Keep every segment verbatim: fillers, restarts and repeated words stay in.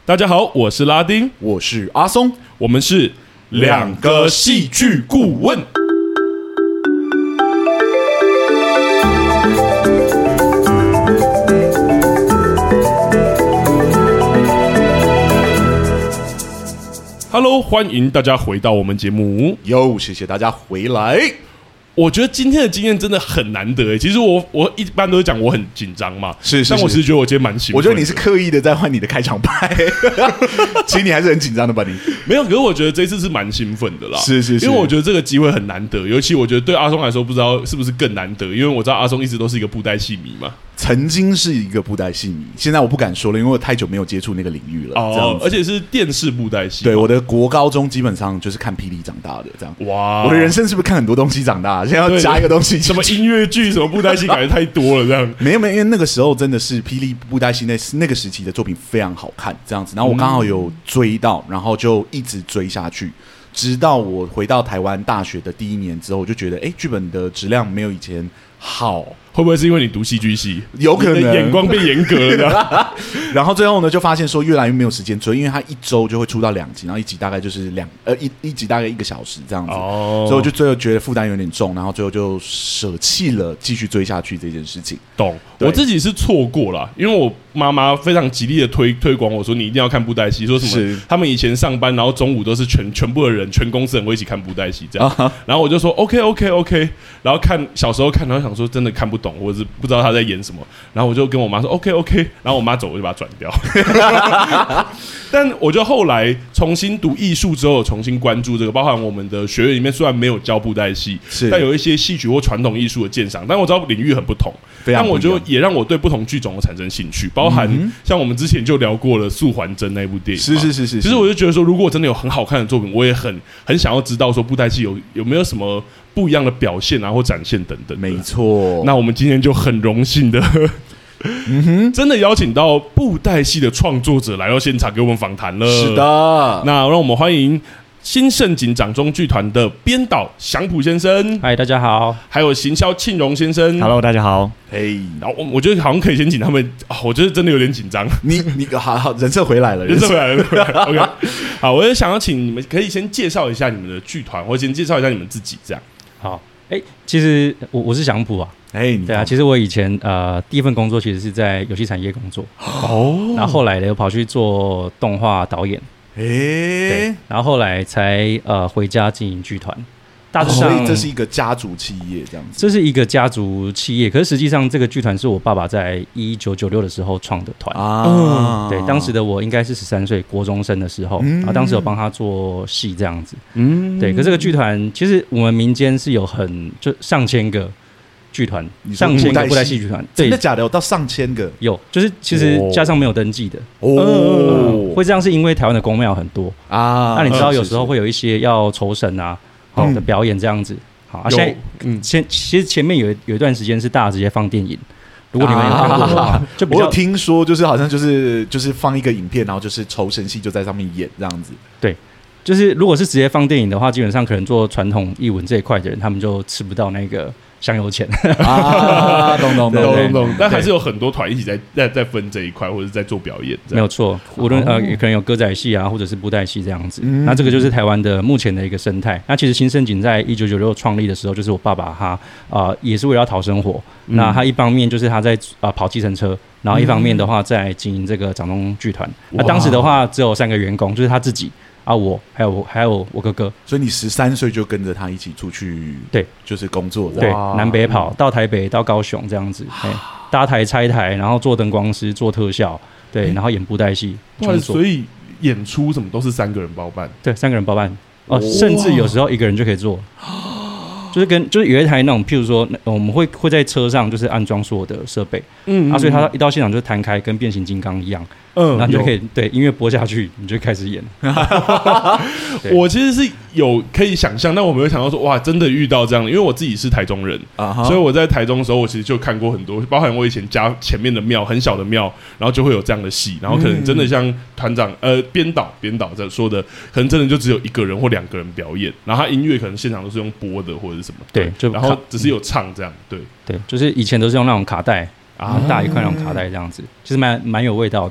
大家好，我是拉丁， 我是阿松， 我们是两个戏剧顾问。Hello， 欢迎大家回到我们节目。 哟，谢谢大家回来。 我觉得今天的经验真的很难得诶。其实我我一般都是讲我很紧张嘛， 是是是， 但我其实觉得我今天蛮兴奋的。 我觉得你是刻意的在换你的开场白，其实你还是很紧张的吧？你没有，可是我觉得这次是蛮兴奋的啦。 是是是， 因为我觉得这个机会很难得，尤其我觉得对阿松来说，不知道是不是更难得，因为我知道阿松一直都是一个布袋戏迷嘛。 曾经是一个布袋戏迷，现在我不敢说了，因为我太久没有接触那个领域了。 哦，而且是电视布袋戏。 对，我的国高中基本上就是看霹雳长大的，这样。 哇， 我的人生是不是看很多东西长大？现在要加一个东西， 什么音乐剧、什么布袋戏，感觉太多了，这样。 没有没有，因为那个时候真的是霹雳布袋戏那那个时期的作品非常好看，这样子。然后我刚好有追到，然后就一直追下去。直到我回到台湾大学的第一年之后，我就觉得，哎，剧本的质量没有以前好。 会不会是因为你读戏剧系， 有可能眼光变严格了？ 然后最后呢，就发现说越来越没有时间追，因为它一周就会出到两集，然后一集大概就是两呃一一集大概一个小时这样子，哦、所以我就最后觉得负担有点重，然后最后就舍弃了继续追下去这件事情。 懂，我自己是错过了，因为我妈妈非常极力的推推广我说你一定要看布袋戏，说什么他们以前上班，然后中午都是全全部的人，全公司人会一起看布袋戏这样，啊、然后我就说 OK OK OK， 然后看小时候看，然后想说真的看不懂，或者是不知道他在演什么，然后我就跟我妈说 OK OK， 然后我妈走我就把它转掉。但我就后来重新读艺术之后，重新关注这个，包含我们的学院里面虽然没有教布袋戏，但有一些戏曲或传统艺术的鉴赏，但我知道领域很不同，但我就也让我对不同剧种产生兴趣，包含像我们之前就聊过了《素还真》那部电影， 是是是是。 其实我就觉得说，如果真的有很好看的作品，我也很很想要知道说布袋戏有有没有什么不一样的表现啊，或展现等等。 没错。 那我们今天就很荣幸的。嗯哼，真的邀请到布袋戏的创作者来到现场给我们访谈了。 是的， 那让我们欢迎新盛景掌中剧团的编导祥普先生。 嗨，大家好。 还有行销庆荣先生。 Hello， 大家好。 嘿， 然后我觉得好像可以先请他们，哦、我觉得真的有点紧张。 你你好好，人设回来了， 人设回来了。OK， 好，我也想要请你们可以先介绍一下你们的剧团，或先介绍一下你们自己，这样。 好，哎、欸，其实我我是祥普啊。 哎、欸， 对啊，其实我以前呃第一份工作其实是在游戏产业工作，哦，然后后来呢，我跑去做动画导演，哎、欸，对，然后后来才呃回家经营剧团，大致上、 哦、所以这是一个家族企业这样子， 这是一个家族企业，可是实际上这个剧团是我爸爸在一九九六的时候创的团啊、嗯，对，当时的我应该是十三岁国中生的时候，嗯、然后当时有帮他做戏这样子，嗯，对，可是这个剧团其实我们民间是有很就上千个。剧团上千个布袋戏剧团， 真的假的？有到上千个？ 有，就是其实加上没有登记的哦、嗯。会这样是因为台湾的公庙很多啊。那你知道有时候会有一些要酬神啊，好、嗯、的表演这样子。好，啊、现在嗯，前其实前面有有一段时间是大家直接放电影。如果你们有看过的话，啊、就比较我有听说，就是好像就是就是放一个影片，然后就是酬神戏就在上面演这样子。 对。就是如果是直接放电影的话，基本上可能做传统艺文这一块的人，他们就吃不到那个香油钱啊，懂懂懂懂懂。 但还是有很多团一起在在在分这一块，或者在做表演。 没有错，无论呃，也可能有歌仔戏啊，或者是布袋戏这样子。嗯、那这个就是台湾的目前的一个生态。那其实新盛景在一九九六创立的时候，就是我爸爸他啊、呃、也是为了要讨生活。嗯、那他一方面就是他在啊、呃、跑计程车，然后一方面的话在经营这个掌中剧团。那当时的话只有三个员工，就是他自己。啊，我还有我还有我哥哥， 所以你十三岁就跟着他一起出去， 对， 就是工作， 对，南北跑到台北到高雄这样子，搭台拆台，然后做灯光师做特效，对，然后演布袋戏， 所以演出什么都是三个人包办， 对，三个人包办哦，甚至有时候一个人就可以做。就是跟就是有一台那种，譬如说，我们会会在车上就是安装所有的设备，嗯, 嗯, 嗯，啊，所以他一到现场就弹开，跟变形金刚一样，嗯，然后你就可以对音乐播下去，你就开始演。 我其实是有可以想象，但我没有想到说，哇，真的遇到这样的，因为我自己是台中人，啊、所以我在台中的时候，我其实就看过很多，包含我以前家前面的庙，很小的庙，然后就会有这样的戏，然后可能真的像团长呃编导编导在说的，可能真的就只有一个人或两个人表演，然后他音乐可能现场都是用播的或者是什么， 对，就然后只是有唱这样，对对，就是以前都是用那种卡带啊，大一块那种卡带这样子，其实蛮蛮有味道的。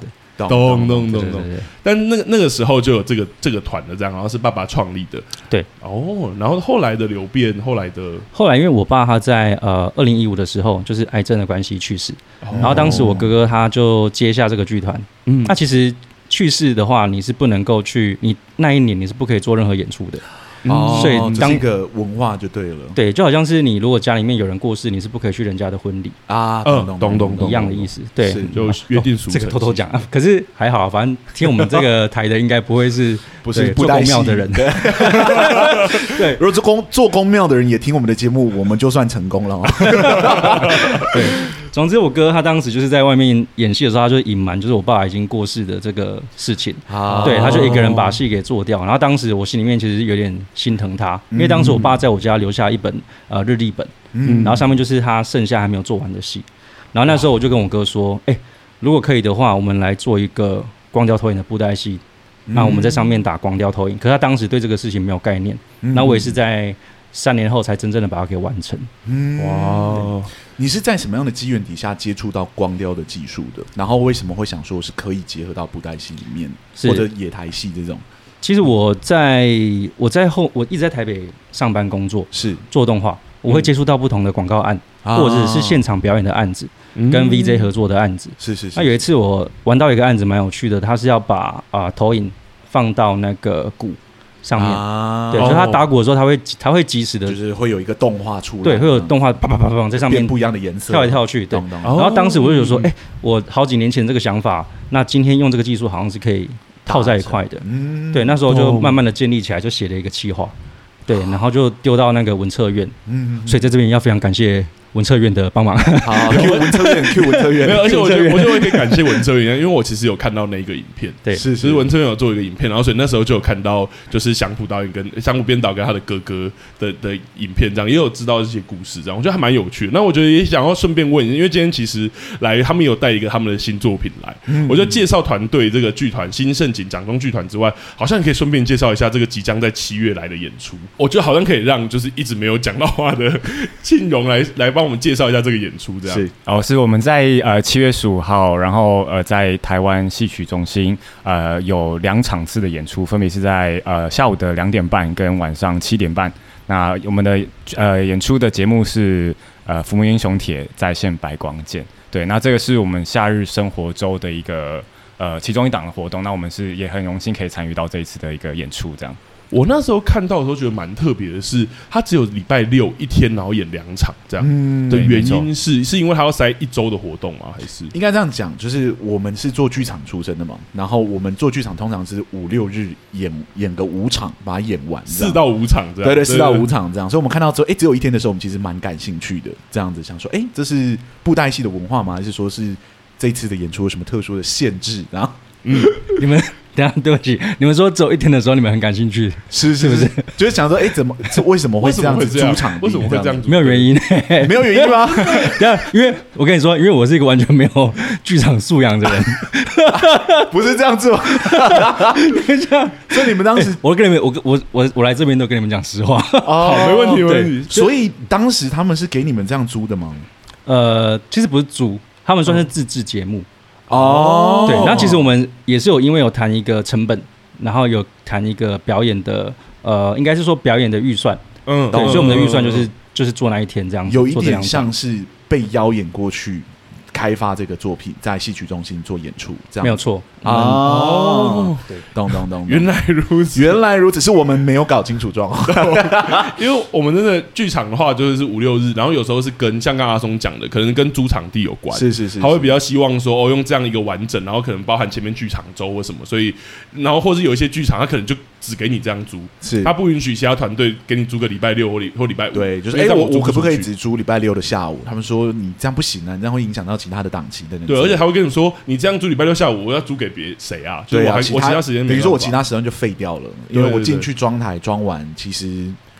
咚咚咚咚。但那个那个时候就有这个这个团的这样，然后是爸爸创立的。 对， 哦，然后后来的流变，后来的后来因为我爸他在呃二零一五的时候就是癌症的关系去世，哦、然后当时我哥哥他就接下这个剧团。嗯，那其实去世的话，你是不能够去，你那一年你是不可以做任何演出的。 哦， 所以当这个文化就对了。 对，就好像是你如果家里面有人过世，你是不可以去人家的婚礼啊， 嗯，懂懂懂， 一样的意思。对， 就约定俗成。 这个偷偷讲啊，可是还好，反正听我们这个台的应该不会是不是做公庙的人。 对，如果做公做公庙的人也听我们的节目，我们就算成功了。 对。总之，我哥他当时就是在外面演戏的时候，他就隐瞒，就是我爸已经过世的这个事情。啊、对，他就一个人把戏给做掉。然后当时我心里面其实有点心疼他，因为当时我爸在我家留下一本呃日历本，嗯、然后上面就是他剩下还没有做完的戏。然后那时候我就跟我哥说：“哎、欸，如果可以的话，我们来做一个光雕投影的布袋戏，那我们在上面打光雕投影。”可是他当时对这个事情没有概念，那、嗯、我也是在三年后才真正的把它给完成。 嗯、哇！你是在什么样的机缘底下接触到光雕的技术的？然后为什么会想说是可以结合到布袋戏里面，或者野台戏这种？ 其实我在我在后我一直在台北上班工作， 是做动画，我会接触到不同的广告案，嗯、或者是现场表演的案子，嗯、跟 V J 合作的案子。 是是是。 那有一次我玩到一个案子蛮有趣的，他是要把啊、呃、投影放到那个鼓上面，啊、对，就是他打鼓的时候，他会他会及时的， 就是会有一个动画出来， 对，会有动画啪啪啪啪在上面不一样的颜色跳来跳去，对。然后当时我就说，哎、欸，我好几年前这个想法，那今天用这个技术好像是可以套在一块的，嗯，对，那时候就慢慢的建立起来，就写了一个企划，对，然后就丢到那个文策院，嗯，所以在这边要非常感谢文策院的帮忙。 好 ，Q 文策院 ，Q 文策院， 没有，而且我觉得我就会可以感谢文策院，因为我其实有看到那个影片， 对， 是， 其实文策院有做一个影片，然后所以那时候就有看到，就是祥普导演跟祥普编导跟他的哥哥的的影片，这样也有知道这些故事，这样我觉得还蛮有趣的。那我觉得也想要顺便问，因为今天其实来他们有带一个他们的新作品来，嗯、我觉得介绍团队这个剧团新盛景掌中剧团之外，好像可以顺便介绍一下这个即将在七月来的演出。我觉得好像可以让就是一直没有讲到话的庆荣来来帮我们介绍一下这个演出，这样是哦，是我们在呃七月十五号，然后呃在台湾戏曲中心呃有两场次的演出，分别是在呃下午的两点半跟晚上七点半。那我们的呃演出的节目是呃《浮木英雄帖》再现白光剑，对，那这个是我们夏日生活周的一个呃其中一档的活动，那我们是也很荣幸可以参与到这一次的一个演出，这样。 我那时候看到的时候觉得蛮特别的是，他只有礼拜六一天，然后演两场这样。嗯，的原因是是因为他要塞一周的活动吗？还是应该这样讲，就是我们是做剧场出身的嘛，然后我们做剧场通常是五六日演演个五场，把它演完， 四到五场这样。 对对，四到五场这样。所以我们看到之后，哎，只有一天的时候，我们其实蛮感兴趣的，这样子想说，哎，这是布袋戏的文化吗？还是说是这次的演出有什么特殊的限制？然后，嗯， 你们。等一下，对不起，你们说只有一天的时候，你们很感兴趣， 是是不是？就是想说，哎，怎么为什么会这样子租场地？ 为什么会这样子？ 没有原因， 没有原因吗？ 对啊，因为我跟你说，因为我是一个完全没有剧场素养的人， 不是这样子吗？等一下，所以你们当时， 欸、我跟你们，我我我我来这边都跟你们讲实话， 哦，好，没问题，没问题。 所以当时他们是给你们这样租的吗？ 呃，其实不是租，他们算是自制节目。嗯哦， 对，那其实我们也是有因为有谈一个成本，然后有谈一个表演的，呃，应该是说表演的预算，嗯，对，所以我们的预算就是就是做那一天这样子， 有一点像是被邀演过去开发这个作品，在戏曲中心做演出，这样没有错哦，对，懂懂懂， 原来如此， 原来如此，是我们没有搞清楚状况， 因为我们真的剧场的话就是五六日，然后有时候是跟像刚刚阿松讲的，可能跟租场地有关， 是是是， 他会比较希望说哦，用这样一个完整，然后可能包含前面剧场周或什么，所以然后或是有一些剧场，他可能就只给你这样租， 是他不允许其他团队给你租个礼拜六或礼或礼拜五， 对，就是哎、欸，我我可不可以只租礼拜六的下午？他们说你这样不行啊，你这样会影响到其他的档期的。 对，而且还会跟你说，你这样租礼拜六下午，我要租给别谁啊？ 对啊， 我其他时间等于说我其他时间就废掉了，因为我进去装台装完，其实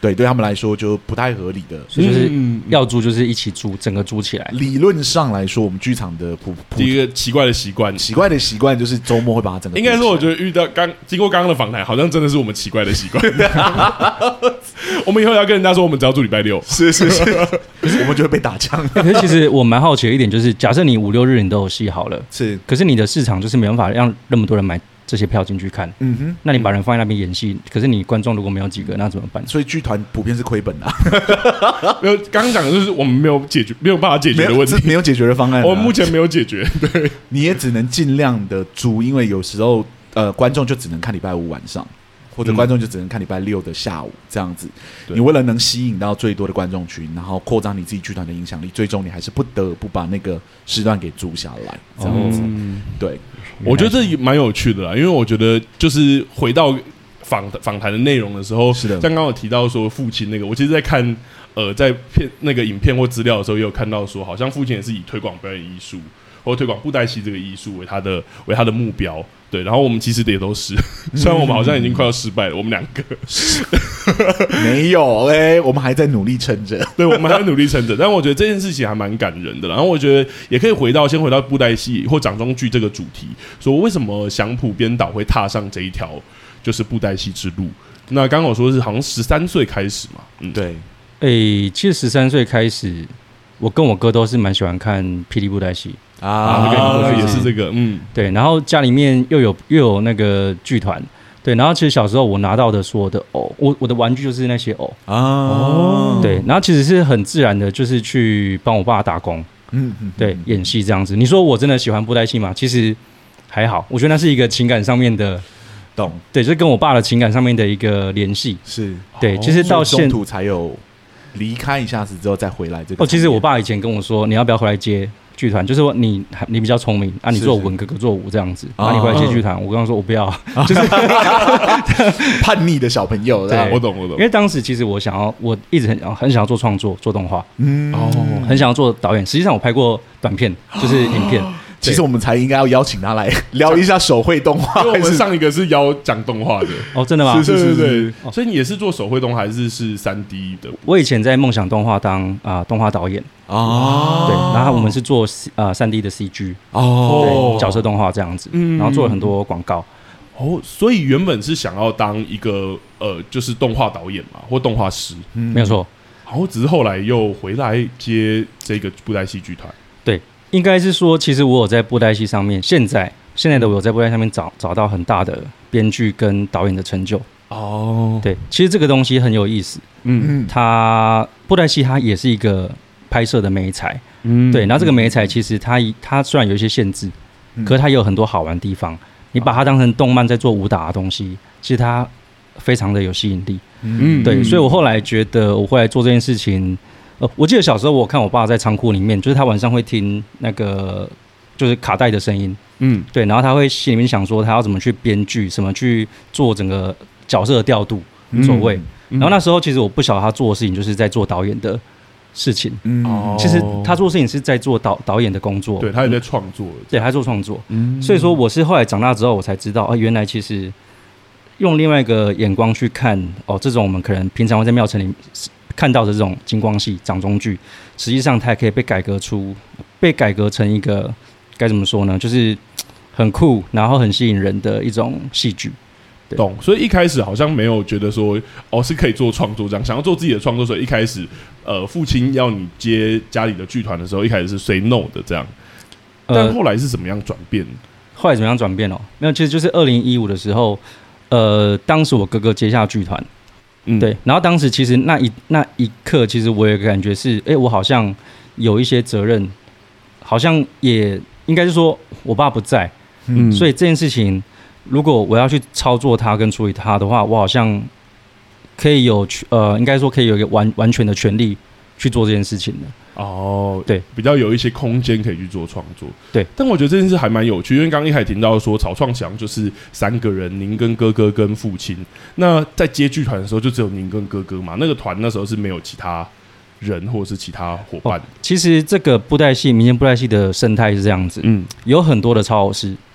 对，对他们来说就不太合理的， 所以就是要租就是一起租，整个租起来。 理论上来说，我们剧场的普普第一个奇怪的习惯， 奇怪的习惯就是周末会把它整个应该说，我觉得遇到刚经过刚刚的访谈，好像真的是我们奇怪的习惯。我们以后要跟人家说，我们只要住礼拜六， 是是是，可是我们就会被打枪。 可是其实我蛮好奇的一点就是，假设你五六日你都有戏好了， 是， 可是你的市场就是没办法让那么多人买这些票进去看，嗯哼，那你把人放在那边演戏，可是你观众如果没有几个，那怎么办？ 所以剧团普遍是亏本的、啊。 没有，刚刚讲的就是我们没有解决，没有办法解决的问题， 没有解决的方案、啊。 我们目前没有解决，对， 你也只能尽量的租，因为有时候呃观众就只能看礼拜五晚上。或者观众就只能看礼拜六的下午这样子，你为了能吸引到最多的观众群，然后扩张你自己剧团的影响力，最终你还是不得不把那个时段给租下来，这样子。哦、对， 我觉得这蛮有趣的啦，因为我觉得就是回到访访谈的内容的时候， 是的， 像刚刚有提到说父亲那个，我其实在看呃在片那个影片或资料的时候，也有看到说，好像父亲也是以推广表演艺术或推广布袋戏这个艺术为他的为他的目标。对，然后我们其实也都是，虽然我们好像已经快要失败了，我们两个没有哎、欸，我们还在努力撑着， 对，我们还在努力撑着。但我觉得这件事情还蛮感人的，然后我觉得也可以回到先回到布袋戏或掌中剧这个主题，说为什么祥谱编导会踏上这一条就是布袋戏之路？那刚刚我说是好像十三岁开始嘛， 嗯，对， 诶、欸，其实十三岁开始，我跟我哥都是蛮喜欢看霹雳布袋戏。 啊， 啊也是这个，嗯， 对，然后家里面又有又有那个剧团，对，然后其实小时候我拿到的所有的偶，我我的玩具就是那些偶啊，哦，对，然后其实是很自然的，就是去帮我爸打工，嗯嗯，对，演戏这样子。你说我真的喜欢布袋戏吗？其实还好，我觉得那是一个情感上面的， 懂， 对，就是跟我爸的情感上面的一个联系， 是对，其实到现中途才有离开一下子之后再回来这个。 哦，其实我爸以前跟我说，你要不要回来接剧团？就是说你你比较聪明啊，你做文，哥哥做武这样子，然后你回来接剧团。我跟他说我不要，就是叛逆的小朋友。 对，我懂我懂。 因为当时其实我想要，我一直很很想要做创作，做动画，嗯， 哦， 很想要做导演。实际上我拍过短片，就是影片。 其实我们才应该要邀请他来聊一下手绘动画， 因为我们上一个是邀讲动画的哦，真的吗？ 是是是是，哦、所以你也是做手绘动画还是是三 D 的？ 我以前在梦想动画当啊、呃、动画导演哦， 对，然后我们是做呃三 D 的 C G 哦， 对，角色动画这样子，嗯，然后做了很多广告。 哦，所以原本是想要当一个呃，就是动画导演嘛，或动画师， 嗯、没有错。 然后只是后来又回来接这个布袋戏剧团， 对。应该是说，其实我有在布袋戏上面，现在现在的我有在布袋戏上面找找到很大的编剧跟导演的成就。哦，对，其实这个东西很有意思。嗯，它布袋戏它也是一个拍摄的媒材。嗯，对，然后这个媒材其实它它虽然有一些限制，嗯、可是它也有很多好玩的地方。你把它当成动漫在做武打的东西，其实它非常的有吸引力。嗯，对，所以我后来觉得我会来做这件事情。呃，我记得小时候我看我爸在仓库里面，就是他晚上会听那个就是卡带的声音，嗯，对，然后他会心里面想说他要怎么去编剧，怎么去做整个角色的调度、走位。嗯、然后那时候其实我不晓得他做的事情就是在做导演的事情，嗯，其实他做的事情是在做导导演的工作， 对他也在创作， 对，他做创作，嗯，所以说我是后来长大之后我才知道，啊，原来其实用另外一个眼光去看，哦，这种我们可能平常会在庙城里看到的这种金光戏、掌中剧，实际上它也可以被改革出，被改革成一个该怎么说呢？就是很酷，然后很吸引人的一种戏剧。 懂，所以一开始好像没有觉得说哦是可以做创作这样，想要做自己的创作，所以一开始呃父亲要你接家里的剧团的时候，一开始是 say no 的这样，但后来是怎么样转变？呃、 后来怎么样转变哦？没有，其实就是二零一五的时候，呃，当时我哥哥接下剧团。嗯，对，然后当时其实那一那一刻，其实我有个感觉是，哎，我好像有一些责任，好像也应该是说我爸不在，嗯，所以这件事情，如果我要去操作它跟处理它的话，我好像可以有呃，应该说可以有一个完完全的权利去做这件事情的。 哦， 对， 比较有一些空间可以去做创作。 对， 但我觉得这件事还蛮有趣，因为刚刚一开始听到说草创强就是三个人，您跟哥哥跟父亲。那在接剧团的时候，就只有您跟哥哥嘛？那个团那时候是没有其他人或者是其他伙伴。哦、 其实这个布袋戏、民间布袋戏的生态是这样子，嗯，有很多的操偶师，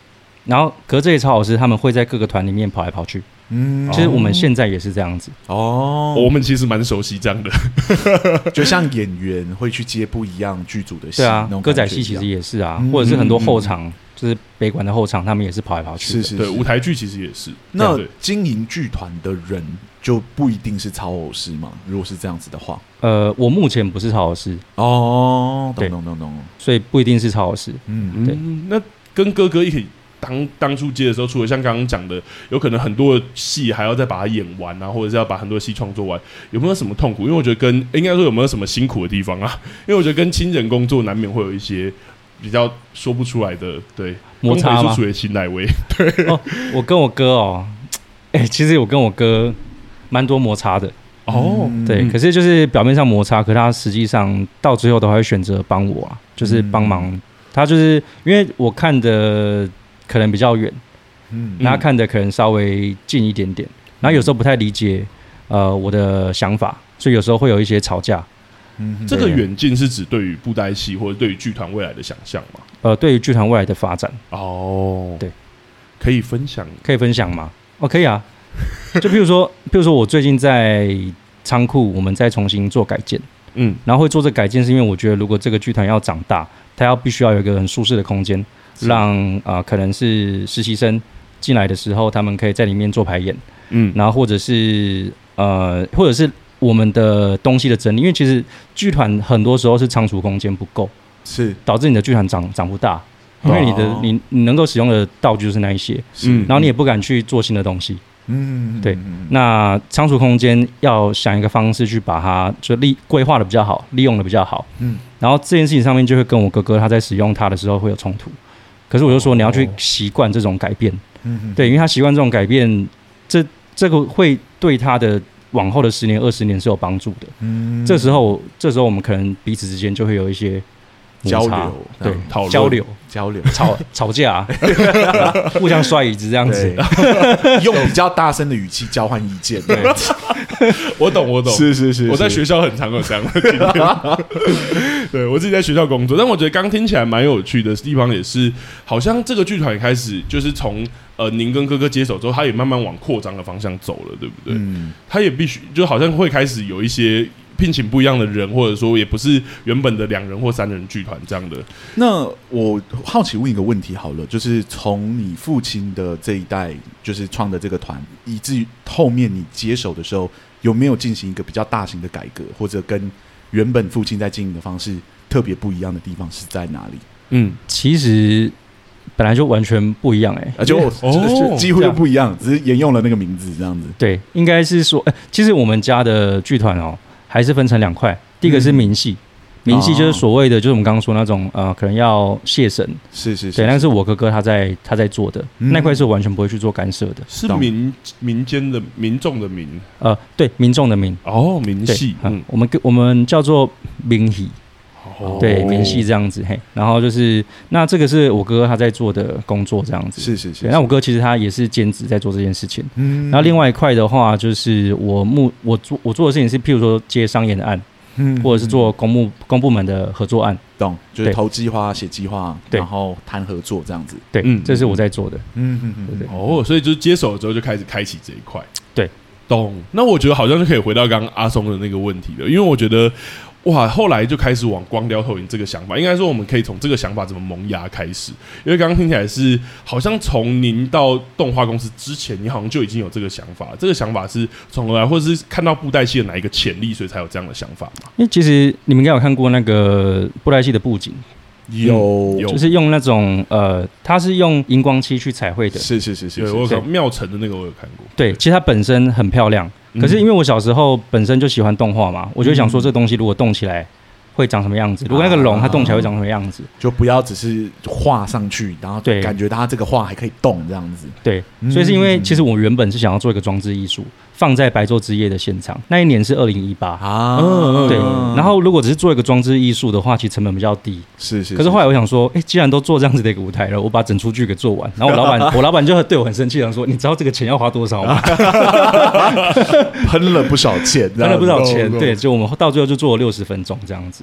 然后可是这些曹老师他们会在各个团里面跑来跑去。嗯，其实我们现在也是这样子哦，我们其实蛮熟悉这样的， 就像演员会去接不一样剧组的戏， 对啊，歌仔戏其实也是啊，嗯、或者是很多后场，嗯、就是北管的后场，他们也是跑来跑去的， 是是是， 对，舞台剧其实也是。 那经营剧团的人就不一定是曹偶师嘛？如果是这样子的话， 呃，我目前不是曹偶师哦，懂懂懂懂， 所以不一定是曹偶师。 嗯，对。那跟哥哥一起。当当初接的时候，除了像刚刚讲的，有可能很多的戏还要再把它演完啊，或者是要把很多戏创作完，有没有什么痛苦？因为我觉得跟应该说有没有什么辛苦的地方啊？因为我觉得跟亲人工作难免会有一些比较说不出来的对摩擦吗？ 属于亲来味。对哦，我跟我哥哦，哎、欸，其实我跟我哥蛮多摩擦的哦。 对，嗯、可是就是表面上摩擦，可是他实际上到最后都还会选择帮我啊，就是帮忙。嗯、他就是因为我看的。可能比较远，嗯，那他看的可能稍微近一点点，然后有时候不太理解，呃，我的想法，所以有时候会有一些吵架。 嗯，这个远近是指对于布袋戏或者对于剧团未来的想象吗？ 呃，对于剧团未来的发展。 哦， 对， 可以分享， 可以分享吗？哦，可以啊。就譬如说，譬如说我最近在仓库，我们再重新做改建，嗯，然后会做这改建，是因为我觉得如果这个剧团要长大，它要必须要有一个很舒适的空间。让啊、呃，可能是实习生进来的时候，他们可以在里面做排演，嗯，然后或者是呃，或者是我们的东西的整理，因为其实剧团很多时候是仓储空间不够， 是导致你的剧团长长不大，因为你的、哦、你你能够使用的道具就是那一些，嗯，然后你也不敢去做新的东西，嗯，对，那仓储空间要想一个方式去把它就利规划的比较好，利用的比较好，嗯，然后这件事情上面就会跟我哥哥他在使用它的时候会有冲突。可是我就说你要去习惯这种改变，哦、对，因为他习惯这种改变，这这个会对他的往后的十年、二十年是有帮助的。嗯，这时候，这时候我们可能彼此之间就会有一些交流， 对， 讨论、 交流、 交流、 吵吵架，互相摔椅子这样子， 用比较大声的语气交换意见。对， 我懂，我懂， 是是是， 我在学校很常有这样的经验。对我自己在学校工作，但我觉得刚听起来蛮有趣的地方也是，好像这个剧团开始就是从呃您跟哥哥接手之后，他也慢慢往扩张的方向走了，对不对？嗯，他也必须就好像会开始有一些聘请不一样的人，或者说也不是原本的两人或三人剧团这样的。 那我好奇问一个问题好了，就是从你父亲的这一代就是创的这个团，以至于后面你接手的时候，有没有进行一个比较大型的改革，或者跟原本父亲在经营的方式特别不一样的地方是在哪里？ 嗯，其实本来就完全不一样哎、欸， 啊就、哦、几乎就不一样，只是沿用了那个名字这样子。 对，应该是说，欸、其实我们家的剧团哦，还是分成两块，第一个是民戏。嗯民戏就是所谓的，就是我们刚刚说那种呃，可能要谢神， 是是是， 对，那是我哥哥他在他在做的、嗯、那块是我完全不会去做干涉的， 是民民间的民众的民， 呃，对，民众的民， 哦，民戏， 嗯，我们我们叫做民戏，哦，对，民戏这样子，嘿，然后就是那这个是我哥哥他在做的工作这样子， 是是是， 那我哥其实他也是兼职在做这件事情，嗯，然后另外一块的话就是我目我做我做的事情是，譬如说接商演的案。嗯，或者是做公部公部门的合作案， 懂，就是投计划、写计划，然后谈合作这样子。 对，嗯，这是我在做的。 嗯嗯嗯，对。哦，所以就是接手了之后就开始开启这一块。 对， 懂。那我觉得好像就可以回到刚刚阿松的那个问题了，因为我觉得哇，后来就开始往光雕投影这个想法，应该说我们可以从这个想法怎么萌芽开始。因为刚刚听起来是好像从您到动画公司之前，你好像就已经有这个想法，这个想法是从来或者是看到布袋戏的哪一个潜力，所以才有这样的想法嘛？ 因为其实你们应该有看过那个布袋戏的布景。 有，有， 就是用那种呃，它是用荧光漆去彩绘的， 是是是是， 对，我有看妙城的那个我有看过， 对，其实它本身很漂亮，可是因为我小时候本身就喜欢动画嘛，我就想说这东西如果动起来会长什么样子，如果那个龙它动起来会长什么样子， 就不要只是画上去，然后感觉它这个画还可以动这样子， 对，所以是因为其实我原本是想要做一个装置艺术。放在白昼之夜的现场，那一年是二零一八啊，对。然后如果只是做一个装置艺术的话，其实成本比较低， 是 是, 是。 可是后来我想说，哎、欸，既然都做这样子的一个舞台了，我把整出剧给做完。然后我老板，我老板就对我很生气，想说，你知道这个钱要花多少吗？ 喷了不少钱， 喷了不少钱。对，就我们到最后就做了六十分钟这样子。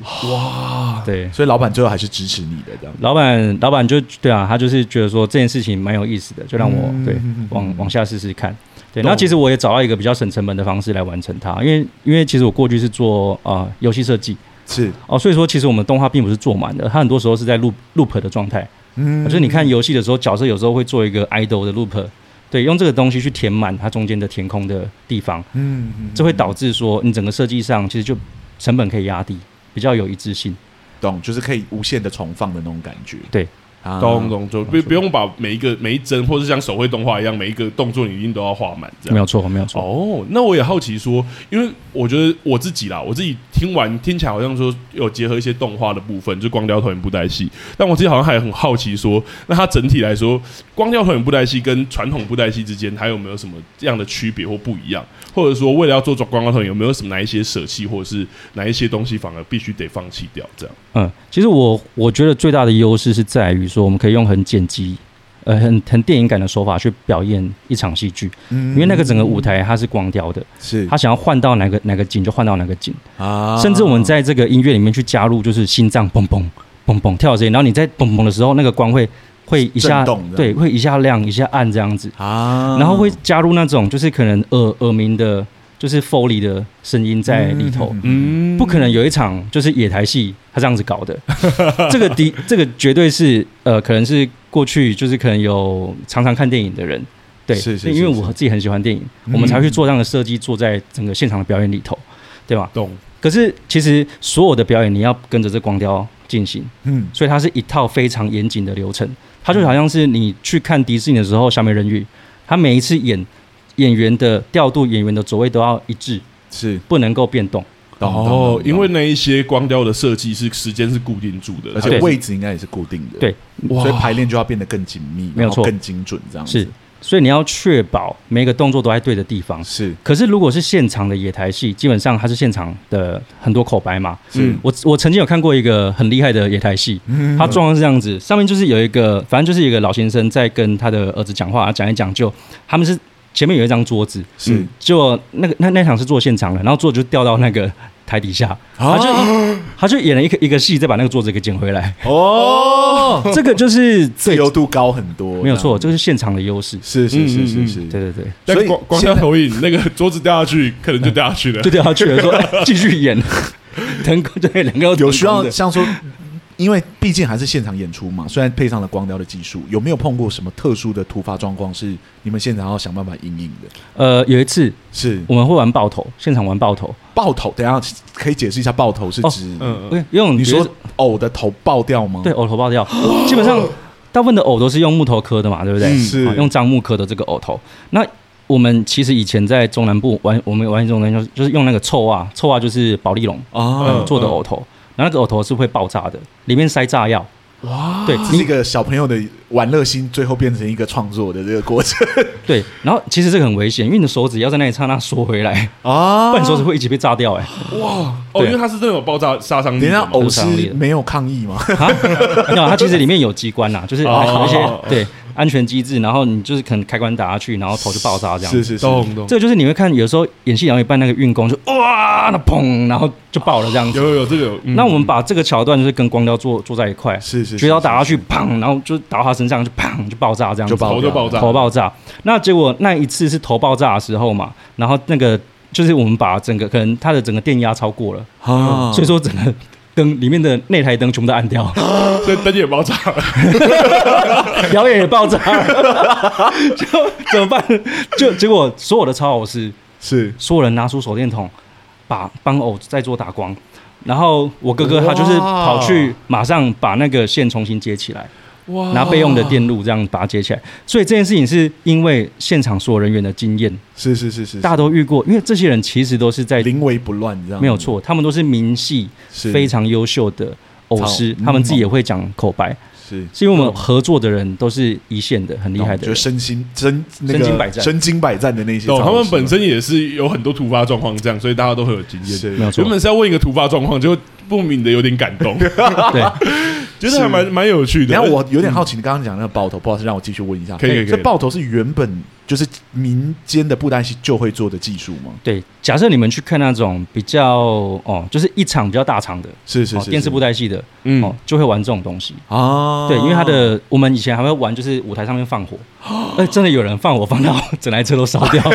哇， 对， 所以老板最后还是支持你的这样。 老板老板就对啊，他就是觉得说这件事情蛮有意思的，就让我、嗯、对往往下试试看。对，那其实我也找到一个比较省成本的方式来完成它，因为因为其实我过去是做啊游戏设计， 是哦，所以说其实我们动画并不是做满的，它很多时候是在 loop loop 的状态，嗯，就是你看游戏的时候，角色有时候会做一个 idle 的 loop， 对，用这个东西去填满它中间的填空的地方，嗯，这会导致说你整个设计上其实就成本可以压低，比较有一致性， 懂，就是可以无限的重放的那种感觉， 对。 懂懂，就不不用把每一个每一帧，或是像手绘动画一样，每一个动作你一定都要画满，这样没有错，没有错。 哦，那我也好奇说，因为我觉得我自己啦，我自己听完听起来好像说有结合一些动画的部分，就光雕投影布袋戏，但我自己好像还很好奇说，那它整体来说，光雕投影布袋戏跟传统布袋戏之间还有没有什么这样的区别或不一样？或者说，为了要做光雕投影，有没有什么哪一些舍弃，或者是哪一些东西反而必须得放弃掉？这样？ 嗯，其实我我觉得最大的优势是在于说，我们可以用很剪辑、呃很很电影感的手法去表演一场戏剧，嗯，因为那个整个舞台它是光雕的， 是他想要换到哪个哪个景就换到哪个景啊，甚至我们在这个音乐里面去加入就是心脏嘣嘣嘣嘣跳的声音，然后你在嘣嘣的时候，那个光会会一下对，会一下亮一下暗这样子啊，然后会加入那种就是可能耳耳鸣的。就是 Foley 的声音在里头，嗯，不可能有一场就是野台戏他这样子搞的，这个的这个绝对是呃，可能是过去就是可能有常常看电影的人，对， 是是是是因为我自己很喜欢电影，嗯、我们才会去做这样的设计，做在整个现场的表演里头，对吧？ 懂。 可是其实所有的表演你要跟着这光雕进行，嗯，所以它是一套非常严谨的流程，它就好像是你去看迪士尼的时候，小美人鱼，它每一次演。演员的调度、演员的座位都要一致， 是不能够变动。 哦，因为那一些光雕的设计是时间是固定住的， 而且位置应该也是固定的。 对， 所以排练就要变得更紧密， 没有错， 更精准这样子。 是，所以你要确保每个动作都在对的地方。 是， 可是如果是现场的野台戏，基本上它是现场的很多口白嘛。 是， 我我曾经有看过一个很厉害的野台戏，嗯、他状况是这样子，上面就是有一个，反正就是一个老先生在跟他的儿子讲话，讲一讲就他们是。前面有一张桌子， 是， 嗯、就那个那那场是做现场的，然后桌子就掉到那个台底下，啊、他就他就演了一个一个戏，再把那个桌子给捡回来。哦，这个就是自由度高很多， 没有错，这个是现场的优势。 是是是是是， 对对对。 但光光雕投影那个桌子掉下去，可能就掉下去了， 就掉下去了。说继续演，腾空对两个有需要像说。因为毕竟还是现场演出嘛，虽然配上了光雕的技术，有没有碰过什么特殊的突发状况是你们现场要想办法因应的？ 呃，有一次是我们会玩爆头，现场玩爆头。 爆头，等一下可以解释一下，爆头是指嗯，嗯用你说偶的头爆掉吗？ 对，偶头爆掉，基本上大部分的偶都是用木头刻的嘛，对不对？ 是用樟木刻的这个偶头。那我们其实以前在中南部玩，我们玩一种东西，就是用那个臭袜，臭袜就是保丽龙啊做的偶头。然后那个偶头是会爆炸的，里面塞炸药。 哇，对，这是一个小朋友的玩乐心，最后变成一个创作的这个过程。 对，然后其实这个很危险，因为你的手指要在那一刹那缩回来啊，不然手指会一起被炸掉。哎， 哇，哦，因为它是真的有爆炸杀伤力。 等一下，偶是没有抗议吗？ 啊，没有，它其实里面有机关呐，就是有一些对。安全机制，然后你就是可能开关打下去，然后头就爆炸这样。 是是是， 这个就是你会看，有时候演戏演到一半，那个运功就哇，那砰，然后就爆了这样子。 有有有这个有。 嗯、那我们把这个桥段就是跟光雕做做在一块， 是是， 绝招打下去，砰，然后就打到他身上就砰就爆炸这样子， 头就爆炸， 头爆炸。那结果那一次是头爆炸的时候嘛，然后那个就是我们把整个可能它的整个电压超过了，啊、所以说整个。灯里面的那台灯全部都按掉， 所以灯也爆炸了， 表演也爆炸了，就怎么办？就结果所有的超偶师是所有人拿出手电筒，把帮偶在做打光，然后我哥哥他就是跑去马上把那个线重新接起来。哇！拿备用的电路这样把它接起来，所以这件事情是因为现场所有人员的经验， 是是是 是, 是， 大家都遇过，因为这些人其实都是在临危不乱，这样没有错，他们都是民系非常优秀的偶师，他们自己也会讲口白，是是因为我们合作的人都是一线的，很厉害的人， 就身心真那个身经百战、 身经百战的那些， 他们本身也是有很多突发状况，这样，所以大家都会有经验。 没有错， 原本是要问一个突发状况，就不免的有点感动，对。觉得还蛮蛮有趣的。 然后我有点好奇，你刚刚讲那个爆头，不好意思，让我继续问一下。 可以可以。 这爆头是原本就是民间的布袋戏就会做的技术吗？ 对，假设你们去看那种比较哦，就是一场比较大场的， 是是 是, 是、 哦、电视布袋戏的，嗯、哦，就会玩这种东西啊。 对，因为它的我们以前还会玩，就是舞台上面放火，哎，真的有人放火放到整台车都烧掉。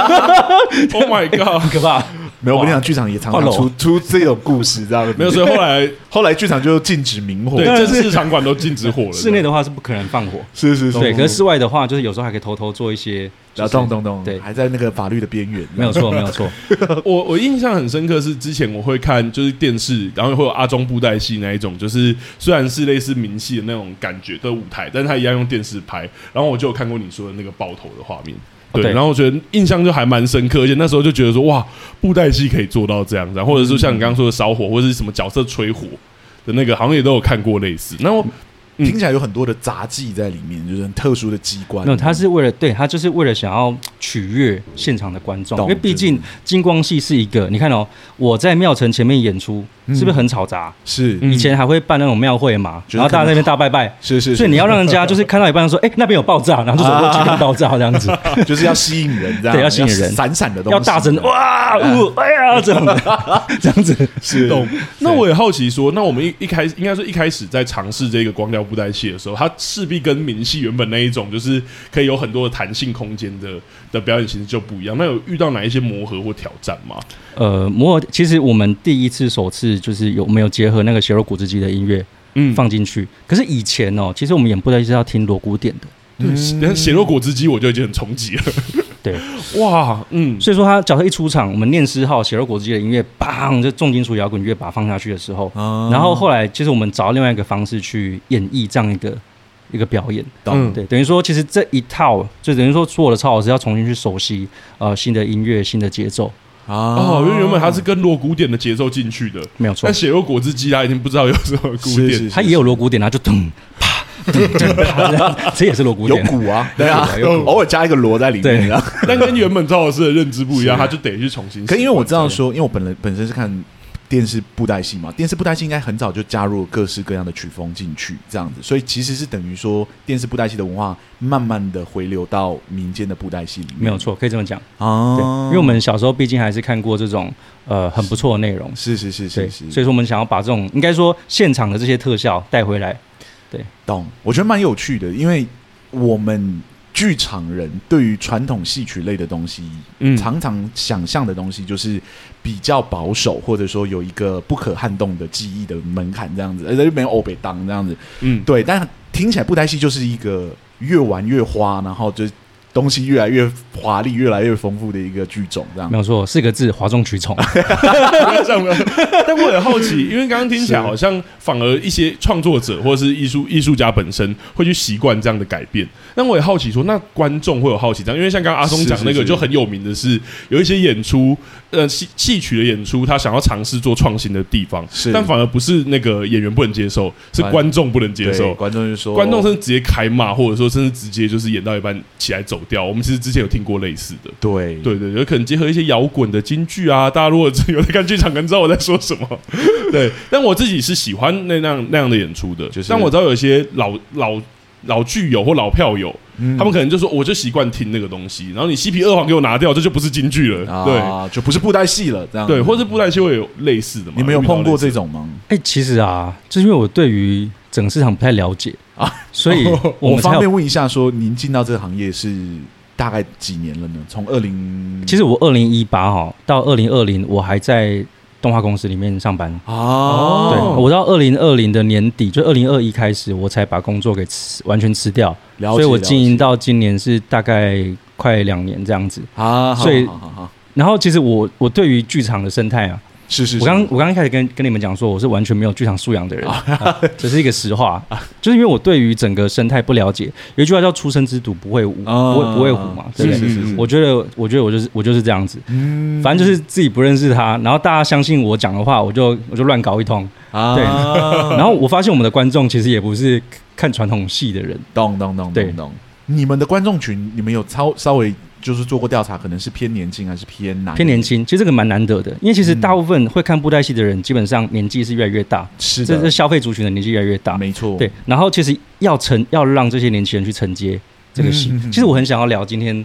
Oh my god， 很可怕。 没有，我跟你讲，剧场也常常出出这种故事，这样没有，所以后来后来剧场就禁止明火， 对，正式场馆都禁止火了。 室内的话是不可能放火， 是是是， 对。可是室外的话，就是有时候还可以偷偷做一些， 就是，咚咚咚， 对， 还在那个法律的边缘。 没有错，没有错。 我我印象很深刻是之前我会看就是电视，然后会有阿中布袋戏那一种，就是虽然是类似民戏的那种感觉的舞台，但是他一样用电视拍。然后我就有看过你说的那个爆头的画面。对，对，然后我觉得印象就还蛮深刻，而且那时候就觉得说，哇，布袋戏可以做到这样子，或者说像你刚刚说的烧火，或者是什么角色吹火的那个，好像也都有看过类似。那我嗯、听起来有很多的杂技在里面，就是很特殊的机关。 没有，他是为了对他就是为了想要取悦现场的观众，因为毕竟金光戏是一个，你看哦，我在庙城前面演出，是不是很嘈杂？ 是， 以前还会办那种庙会嘛，然后大家在那边大拜拜， 是 是, 是， 所以你要让人家就是看到一半说，哎、欸，那边有爆炸，然后就走过去看爆炸这样子， 就是要吸引人，这样对，要吸引人， 闪闪的东西， 要大声哇呜，哎呀，这样子，这样子是懂。那我也好奇说，那我们一一开始应该说一开始在尝试这个光雕布袋戏的时候，它势必跟民戏原本那一种就是可以有很多的弹性空间的的表演形式就不一样。那有遇到哪一些磨合或挑战吗？ 呃，磨合其实我们第一次、首次就是有没有结合那个血肉果汁机的音乐，嗯，放进去。可是以前哦，其实我们演布袋戏是要听锣鼓点的。 对，但血肉果汁机我就已经很冲击了。 对， 哇，嗯， 所以说他角色一出场，我们念诗号血肉果汁机的音乐，砰，就重金属摇滚乐把它放下去的时候，啊、然后后来其实我们找到另外一个方式去演绎这样一个一个表演，嗯，对，等于说其实这一套就等于说所有的超老师要重新去熟悉呃新的音乐、新的节奏。 啊、哦，因为原本它是跟锣鼓点的节奏进去的， 没有错。 但血肉果汁机它已经不知道有什么鼓点， 它也有锣鼓点，它就咚啪咚咚啪，这也是锣鼓点， 有鼓啊，对啊，偶尔加一个锣在里面，啊。 但跟原本赵老师的认知不一样，他就得去重新。 可因为我知道说，因为我本人本身是看电视布袋戏嘛，电视布袋戏应该很早就加入各式各样的曲风进去，这样子，所以其实是等于说电视布袋戏的文化慢慢的回流到民间的布袋戏里面， 没有错，可以这么讲啊。对，因为我们小时候毕竟还是看过这种呃很不错的内容， 是是是是是， 所以说我们想要把这种应该说现场的这些特效带回来，对， 懂？我觉得蛮有趣的，因为我们剧场人对于传统戏曲类的东西，嗯，常常想象的东西就是比较保守，或者说有一个不可撼动的记忆的门槛这样子，而且没有欧北当这样子，嗯，对。但听起来布袋戏就是一个越玩越花，然后就东西越来越华丽、越来越丰富的一个剧种，这样没有错，四个字：哗众取宠。 但我也好奇，因为刚刚听起来好像反而一些创作者或者是艺术艺术家本身会去习惯这样的改变。那我也好奇说，那观众会有好奇这样，因为像刚刚阿松讲那个就很有名的是，有一些演出，呃，戏戏曲的演出，他想要尝试做创新的地方，但反而不是那个演员不能接受，是观众不能接受。 观众就说， 观众甚至直接开骂，或者说甚至直接就是演到一半起来走掉。我们其实之前有听过类似的， 对对对，有可能结合一些摇滚的京剧啊，大家如果有在看剧场，可能知道我在说什么。对，但我自己是喜欢那样那样的演出的，就是、但我知道有一些老老老剧友或老票友。嗯、他们可能就说，我就习惯听那个东西，然后你西皮二黄给我拿掉，这就不是京剧了，啊、对， 就不是布袋戏了，这样对，或是布袋戏会有类似的吗？ 你们有碰过这种吗？ 哎、欸，其实啊，就是因为我对于整个市场不太了解啊，所以我们我方便问一下说，说您进到这个行业是大概几年了呢？从二零， 其实我二零一八哈到二零二零，我还在动画公司里面上班哦。对，我到二零二零的年底，就二零二一开始，我才把工作给辞完全辞掉。所以我经营到今年是大概快两年这样子啊。所以，好好好，然后其实我我对于剧场的生态啊， 是是是， 我刚我刚刚一开始跟跟你们讲说，我是完全没有剧场素养的人，啊啊、这是一个实话，啊、就是因为我对于整个生态不了解。有一句话叫“初生之犊不会舞，啊、不会不会虎”嘛，对不对？是是是是，我觉得我觉得我就是我就是这样子，嗯，反正就是自己不认识他，然后大家相信我讲的话，我就我就乱搞一通。啊、对，然后我发现我们的观众其实也不是看传统戏的人， 懂懂懂懂懂。你们的观众群，你们有稍稍微就是做过调查，可能是偏年轻还是偏难？ 偏年轻，其实这个蛮难得的，因为其实大部分会看布袋戏的人，基本上年纪是越来越大， 是的， 这是消费族群的年纪越来越大， 没错。 对，然后其实要承要让这些年轻人去承接这个戏，嗯、其实我很想要聊今天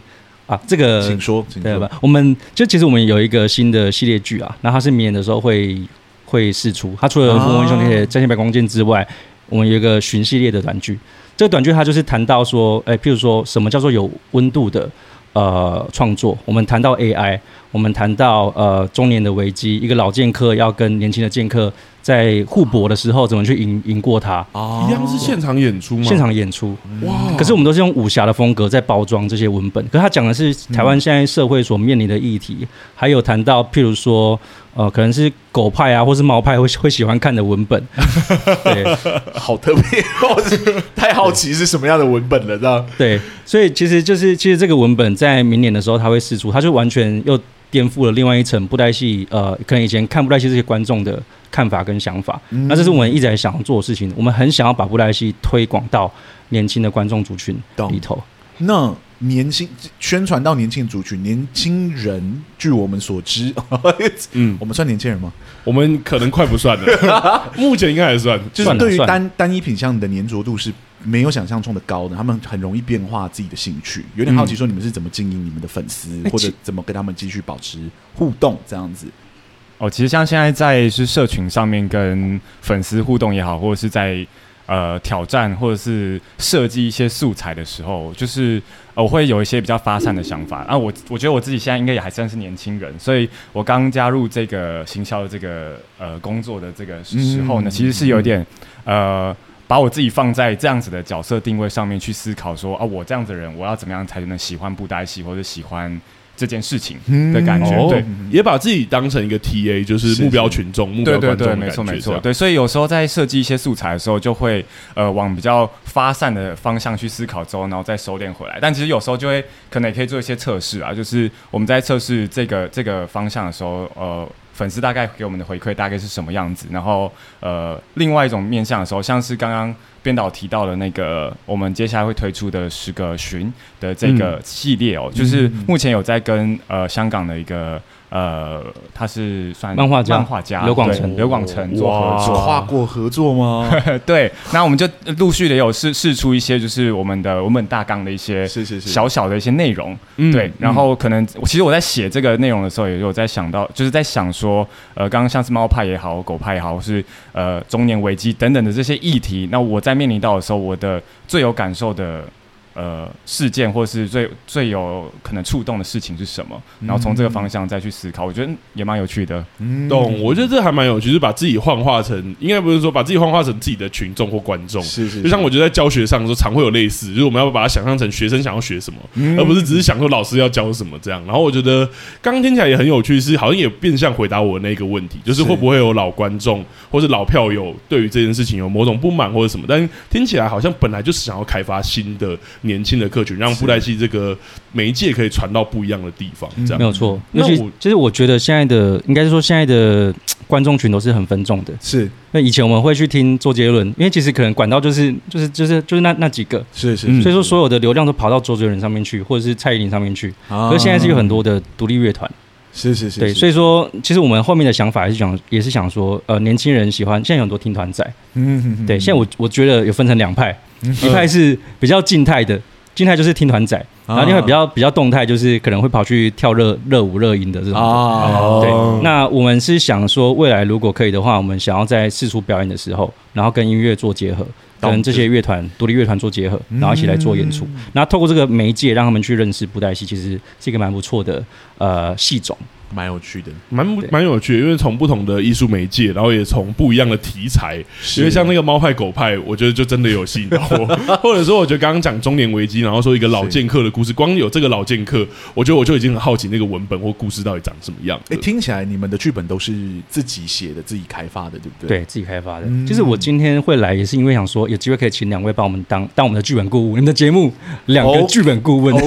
啊，这个请说，请说。 对吧？我们就其实我们有一个新的系列剧啊，那它是明年的时候会会释出。它除了《风文兄弟》《战线白光剑》之外，我们有一个寻系列的短剧。这个短剧它就是谈到说，哎，譬如说什么叫做有温度的呃创作？我们谈到 A I， 我们谈到呃中年的危机，一个老剑客要跟年轻的剑客在互搏的时候，怎么去赢赢过他？ 哦，一样是现场演出吗？ 现场演出， 哇！ 可是我们都是用武侠的风格在包装这些文本。可是他讲的是台湾现在社会所面临的议题，嗯、还有谈到譬如说，呃，可能是狗派啊，或是猫派会会喜欢看的文本。对， 好特别，我太好奇是什么样的文本了，这样。 对，所以其实就是其实这个文本在明年的时候它会释出，它就完全又颠覆了另外一层布袋戏，呃，可能以前看布袋戏这些观众的看法跟想法。嗯、那这是我们一直在想做的事情，我们很想要把布袋戏推广到年轻的观众族群里头。 那年轻宣传到年轻族群，年轻人，据我们所知，嗯，我们算年轻人吗？ 我们可能快不算了，目前应该还算。 就是对于单单一品项的粘着度是没有想象中的高的，他们很容易变化自己的兴趣。有点好奇，说你们是怎么经营你们的粉丝，嗯、或者怎么跟他们继续保持互动这样子？ 哦，其实像现在在是社群上面跟粉丝互动也好，或者是在呃挑战或者是设计一些素材的时候，就是呃我会有一些比较发散的想法。啊，我我觉得我自己现在应该也还算是年轻人，所以我刚加入这个行销的这个呃工作的这个时候呢，嗯、其实是有点呃。把我自己放在这样子的角色定位上面去思考说，啊，我这样子的人，我要怎么样才能喜欢布袋戏或者喜欢这件事情的感觉？嗯、对、哦， 也把自己当成一个 T A， 就是目标群众、目标观众的感觉。对对对， 没错没错。对，所以有时候在设计一些素材的时候，就会呃往比较发散的方向去思考之后，然后再收敛回来。但其实有时候就会可能也可以做一些测试啊，就是我们在测试这个这个方向的时候，呃。粉丝大概给我们的回馈大概是什么样子？然后，呃，另外一种面向的时候，像是刚刚编导提到的那个，我们接下来会推出的十个旬的这个系列哦，嗯、就是目前有在跟呃香港的一个呃，他是算漫画家， 漫画家刘广成， 刘广成做合作， 跨国合作吗？ 对，那我们就陆续的有试试出一些，就是我们的文本大纲的一些小小的一些内容，是是是对，然后可能其实我在写这个内容的时候，也有在想到，就是在想说，呃，刚刚像是猫派也好，狗派也好，或是呃中年危机等等的这些议题，那我在面临到的时候，我的最有感受的。呃，事件或是最最有可能触动的事情是什么？然后从这个方向再去思考，我觉得也蛮有趣的。 嗯，懂？我觉得这还蛮有趣，就是把自己幻化成，应该不是说把自己幻化成自己的群众或观众。 是 是, 是。 就像我觉得在教学上的时候，常会有类似，就是我们要把它想象成学生想要学什么，嗯、而不是只是想说老师要教什么这样。然后我觉得刚刚听起来也很有趣，是好像也变相回答我的那个问题，就是会不会有老观众或是老票友对于这件事情有某种不满或者什么？但听起来好像本来就是想要开发新的年轻的客群。让布袋戏这个媒介可以传到不一样的地方，这样没有错。尤其其实我觉得现在的，应该是说现在的观众群都是很分众的。 是， 那以前我们会去听周杰伦，因为其实可能管道就是就是就是就是那那几个， 是 是, 是。所以说所有的流量都跑到周杰伦上面去，或者是蔡依林上面去。啊、可是现在是有很多的独立乐团。 是是是， 对，所以说其实我们后面的想法也是想，也是想说，呃，年轻人喜欢，现在有很多听团仔，嗯哼哼，对，现在我我觉得有分成两派，嗯、一派是比较静态的。静态就是听团仔，然后另外比较比较动态，就是可能会跑去跳热热舞热音的这种。哦，对。那我们是想说，未来如果可以的话，我们想要在释出表演的时候，然后跟音乐做结合，跟这些乐团、独立乐团做结合，然后一起来做演出。嗯、然后透过这个媒介，让他们去认识布袋戏，其实是一个蛮不错的呃戏种。 蛮有趣的， 蛮蛮有趣的，因为从不同的艺术媒介，然后也从不一样的题材，因为像那个猫派狗派，我觉得就真的有吸引到我，或者说我觉得刚刚讲中年危机，然后说一个老剑客的故事，光有这个老剑客，我觉得我就已经很好奇那个文本或故事到底长什么样。 哎、欸，听起来你们的剧本都是自己写的、自己开发的，对不对？ 对，自己开发的。嗯、就是我今天会来，也是因为想说有机会可以请两位帮我们当当我们的剧本顾问，你们的节目两个剧本顾问。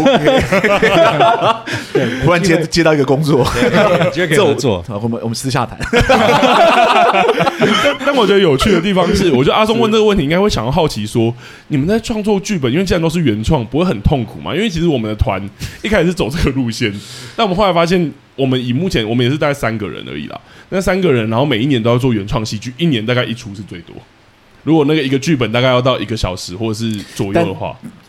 OK， 忽然接接到一个工作， 就可以。做， 我们我们私下谈。 但, 但我觉得有趣的地方是，我觉得阿松问这个问题，应该会想要好奇说，你们在创作剧本，因为既然都是原创，不会很痛苦吗？因为其实我们的团一开始是走这个路线，但我们后来发现，我们以目前我们也是大概三个人而已啦。那三个人，然后每一年都要做原创戏剧，一年大概一出是最多。如果那个一个剧本大概要到一个小时或者是左右的话，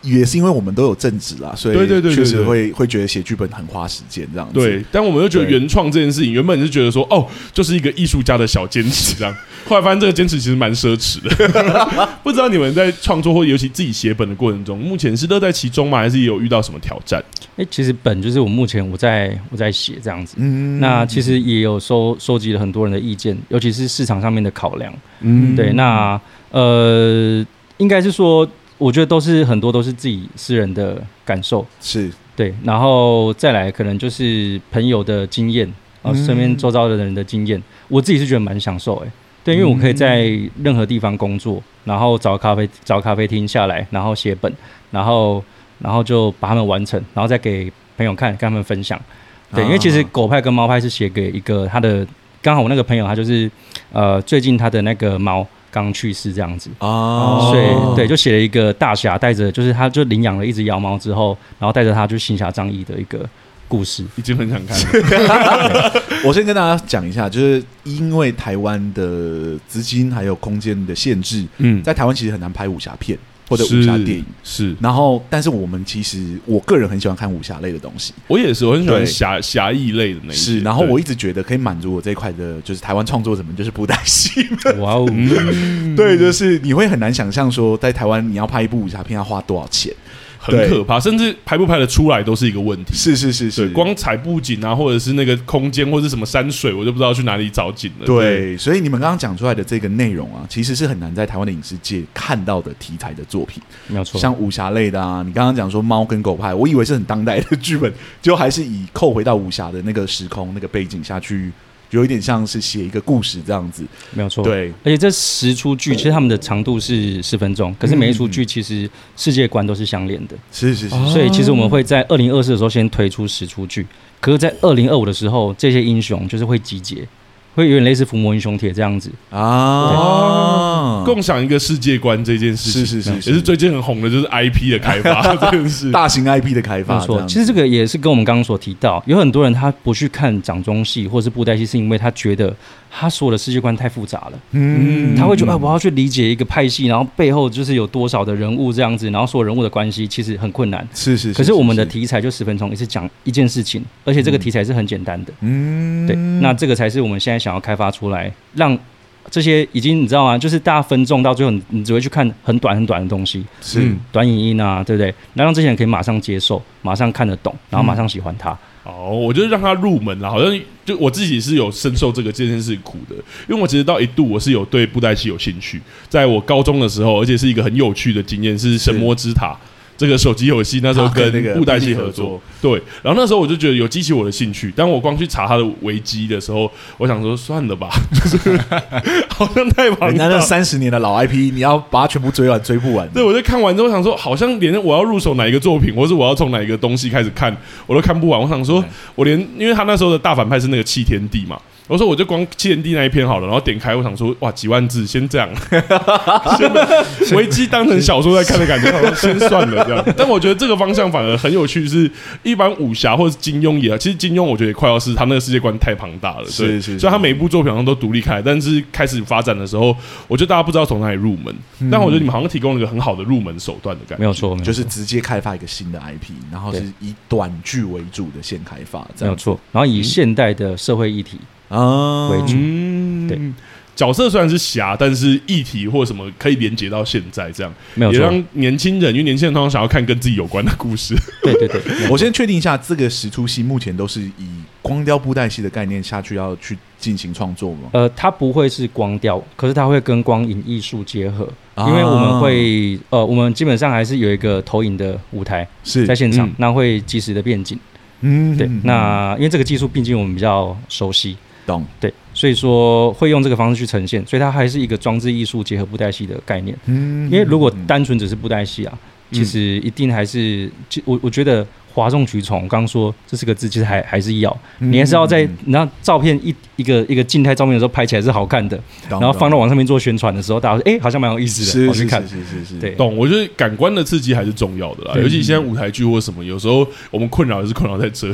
也是因为我们都有正职啦，所以对对对， 确实会会觉得写剧本很花时间这样子。 对，但我们又觉得原创这件事情，原本是觉得说哦，就是一个艺术家的小坚持这样，后来发现这个坚持其实蛮奢侈的。不知道你们在创作或尤其自己写本的过程中，目前是乐在其中吗？还是也有遇到什么挑战？ 哎、欸，其实本就是我目前我在我在写这样子，嗯，那其实也有收收集了很多人的意见，尤其是市场上面的考量，嗯，对，那呃，应该是说。我觉得都是很多都是自己私人的感受， 是对，然后再来可能就是朋友的经验，然后身边周遭的人的经验，嗯、我自己是觉得蛮享受哎、欸，对，因为我可以在任何地方工作，然后找咖啡找咖啡厅下来，然后写本，然后然后就把他们完成，然后再给朋友看，跟他们分享，对，因为其实狗派跟猫派是写给一个他的，刚好我那个朋友他就是呃最近他的那个猫。刚去世这样子哦，所以对，就写了一个大侠带着，就是他就领养了一只妖猫之后，然后带着他就行侠仗义的一个故事， 已经很想看了。 我先跟大家讲一下，就是因为台湾的资金还有空间的限制，嗯，在台湾其实很难拍武侠片。或者武侠电影是, 是， 然后但是我们其实我个人很喜欢看武侠类的东西， 我也是，我很喜欢侠侠义类的那一些。 是，然后我一直觉得可以满足我这一块的，就是台湾创作者们就是布袋戏。 哇哦， 对，就是你会很难想象说，在台湾你要拍一部武侠片要花多少钱。 很可怕，甚至拍不拍得出来都是一个问题。 是是是是， 光采布景啊，或者是那个空间，或者是什么山水，我就不知道去哪里找景了。 对，对，所以你们刚刚讲出来的这个内容啊，其实是很难在台湾的影视界看到的题材的作品。 没有错， 像武侠类的啊，你刚刚讲说猫跟狗派，我以为是很当代的剧本，就还是以扣回到武侠的那个时空、那个背景下去。有一点像是写一个故事这样子， 没有错。 对， 而且这十出剧其实他们的长度是十分钟，可是每一出剧其实世界观都是相连的。 是是是。 所以其实我们会在二零二四的时候先推出十出剧，可是在二零二五的时候，这些英雄就是会集结。会有点类似伏魔英雄帖这样子啊，共享一个世界观这件事情， 是是是， 也是最近很红的，就是 I P 的开发，真的是大型 I P 的开发。 没错，其实这个也是跟我们刚刚所提到，有很多人他不去看掌中戏或是布袋戏，是因为他觉得他所有的世界观太复杂了，嗯，他会觉得、啊、我要去理解一个派系，然后背后就是有多少的人物这样子，然后所有人物的关系其实很困难， 是 是, 是。 可是我们的题材就十分钟，一次讲一件事情，而且这个题材是很简单的，嗯，对，那这个才是我们现在想要开发出来。让这些已经你知道吗？就是大家分众到最后你，你只会去看很短很短的东西， 是、 嗯、短影音啊，对不对？那让这些人可以马上接受，马上看得懂，然后马上喜欢它。 嗯、哦，我觉得让他入门啦，好像就我自己是有深受这个这件事苦的，因为我其实到一度我是有对布袋戏有兴趣，在我高中的时候，而且是一个很有趣的经验，是《神魔之塔》。这个手机游戏那时候跟布袋戏合作，对，然后那时候我就觉得有激起我的兴趣，但我光去查它的维基的时候，我想说算了吧，就是好像太庞大， 人家那三十年的老 I P， 你要把它全部追完，追不完。 对，我就看完之后想说，好像连我要入手哪一个作品，或是我要从哪一个东西开始看，我都看不完。我想说，我连因为他那时候的大反派是那个弃天帝嘛。我说我就光弃天帝那一篇好了，然后点开，我想说哇几万字，先这样，维基当成小说在看的感觉，我说先算了这样。但我觉得这个方向反而很有趣，是一般武侠或者是金庸也，其实金庸我觉得也快要是他那个世界观太庞大了， 是是， 所以他每一部作品好像都独立开来，但是开始发展的时候，我觉得大家不知道从哪里入门，嗯、但我觉得你们好像提供了一个很好的入门手段的感觉， 没有错， 就是直接开发一个新的 I P， 然后是以短剧为主的先开发， 没有错，然后以现代的社会议题。啊，为主、嗯，对， 角色虽然是侠，但是议题或什么可以连接到现在，这样没有错， 也让年轻人，因为年轻人通常想要看跟自己有关的故事。 对对对， 我先确定一下，这个十出戏目前都是以光雕布袋戏的概念下去要去进行创作吗？ 呃，它不会是光雕，可是它会跟光影艺术结合，啊、因为我们会呃，我们基本上还是有一个投影的舞台是在现场，嗯、那会及时的变景。嗯，对，那因为这个技术毕竟我们比较熟悉。 懂， 对，所以说会用这个方式去呈现，所以它还是一个装置艺术结合布袋戏的概念。嗯，因为如果单纯只是布袋戏啊，嗯、其实一定还是，我我觉得哗众取宠。我刚刚说这四个字，其实还还是要，嗯、你还是要在你知道照片一一个一个静态照片的时候拍起来是好看的，然后放到网上面做宣传的时候，大家说哎、欸，好像蛮有意思的，我去看。 是是是是， 对， 懂。我觉得感官的刺激还是重要的啦，尤其现在舞台剧或什么，有时候我们困扰也是困扰在这。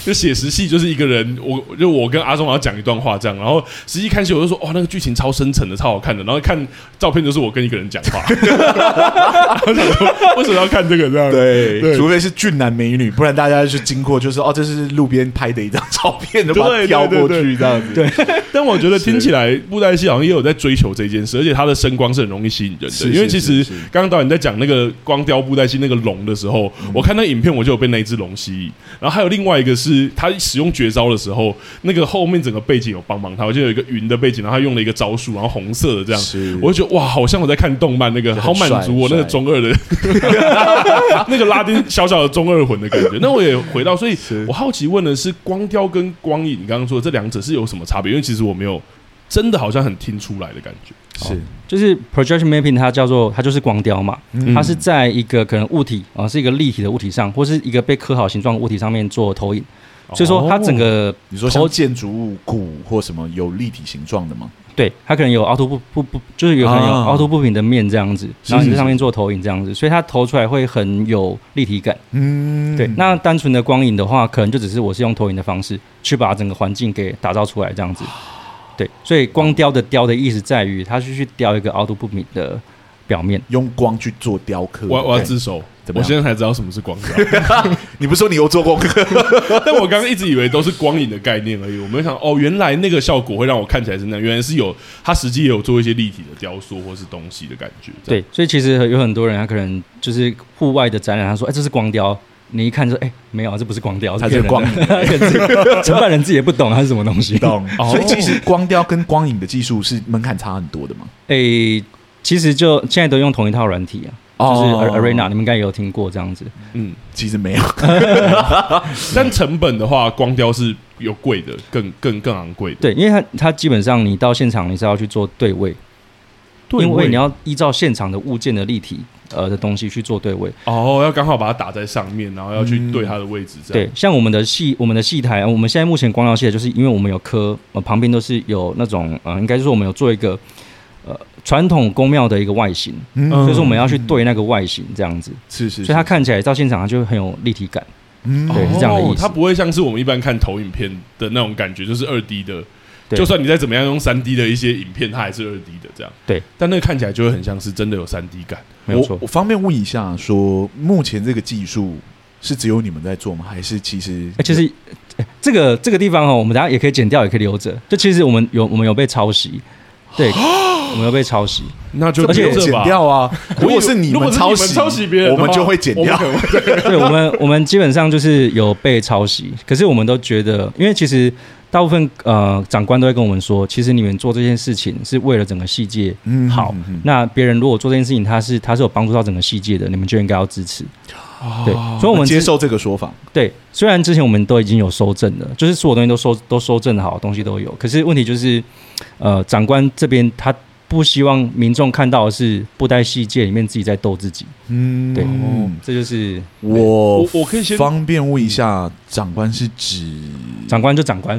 就写实戏就是一个人，我就我跟阿忠要讲一段话这样，然后实际看戏我就说哇那个剧情超深沉的，超好看的，然后看照片就是我跟一个人讲话，然后想说为什么要看这个这样？ 对，对除非是俊男美女，不然大家就经过就是哦这是路边拍的一张照片，就把它跳过去这样子。 对，对但我觉得听起来布袋戏好像也有在追求这件事，而且它的声光是很容易吸引人的，因为其实刚刚导演在讲那个光雕布袋戏那个龙的时候，嗯、我看那影片我就有被那一只龙吸引。然后还有另外一个是他使用绝招的时候，那个后面整个背景有帮忙他，我记得有一个云的背景，然后他用了一个招数，然后红色的这样，我就觉得哇，好像我在看动漫那个，好满足我那个中二的那个拉丁小小的中二魂的感觉。那我也回到，所以我好奇问的是，光雕跟光影，你刚刚说的这两者是有什么差别？因为其实我没有真的好像很听出来的感觉。 是， 就是 projection mapping， 它叫做它就是光雕嘛，嗯、它是在一个可能物体啊、呃，是一个立体的物体上，或是一个被刻好形状的物体上面做投影。所以说它整个、哦、 你说像建筑物骨或什么有立体形状的吗？ 对，它可能有凹凸不不不，就是有可能有凹凸不平的面这样子，啊、然后你在上面做投影这样子，所以它投出来会很有立体感。嗯，对。那单纯的光影的话，可能就只是我是用投影的方式去把整个环境给打造出来这样子。对，所以光雕的雕的意思在于，它是去雕一个凹凸不平的表面， 用光去做雕刻。 我我要自首，我现在才知道什么是光雕。 你不是说你有做功课？ 但我刚刚一直以为都是光影的概念而已。我没有想哦，原来那个效果会让我看起来是那样，原来是有它实际也有做一些立体的雕塑或是东西的感觉。 对，所以其实有很多人他可能就是户外的展览，他说：“哎，这是光雕。”你一看说，哎、欸，没有，这不是光雕， 它是光影。 承办人自己也不懂它是什么东西。 懂。所以其实光雕跟光影的技术是门槛差很多的嘛。 哎、欸，其实就现在都用同一套软体啊，哦、就是 Arena， 你们应该也有听过这样子。 嗯，其实没有。 但成本的话，光雕是有贵的，更更更昂贵的。 对，因为它它基本上你到现场你是要去做对位。因为你要依照现场的物件的立体呃的东西去做对位哦，要刚好把它打在上面，然后要去对它的位置这样。 对，像我们的戏，我们的戏台，我们现在目前光雕戏台，就是因为我们有刻呃旁边都是有那种呃，应该说我们有做一个呃传统宫庙的一个外形，嗯、所以说我们要去对那个外形这样子， 是 是, 是， 所以它看起来到现场它就很有立体感，嗯，对，是这样的意思。 它不会像是我们一般看投影片的那种感觉，就是二 D 的。就算你再怎么样用三 D 的一些影片，它还是二 D 的这样。 对， 但那个看起来就会很像是真的有三 D 感。 没有错。 我方便问一下说，说目前这个技术是只有你们在做吗？还是其实？ 欸、其实、欸、这个这个地方哦，我们等一下也可以剪掉，也可以留着。就其实我们有我们有被抄袭，对，我们有被抄袭， 那就而且剪掉啊。如果是你们抄袭， 抄袭别人， 我们就会剪掉。 对，我们我们基本上就是有被抄袭，可是我们都觉得，因为其实。大部分呃长官都会跟我们说，其实你们做这件事情是为了整个戏界好。嗯、哼哼那别人如果做这件事情，他是他是有帮助到整个戏界的，你们就应该要支持。哦、对，所以我们接受这个说法。 对，虽然之前我们都已经有收证了，就是所有东西都收都收证好，东西都有，可是问题就是，呃，长官这边他不希望民众看到的是布袋戏界里面自己在斗自己。嗯，对，哦、这就是我我可以先方便问一下，长官是指长官就长官，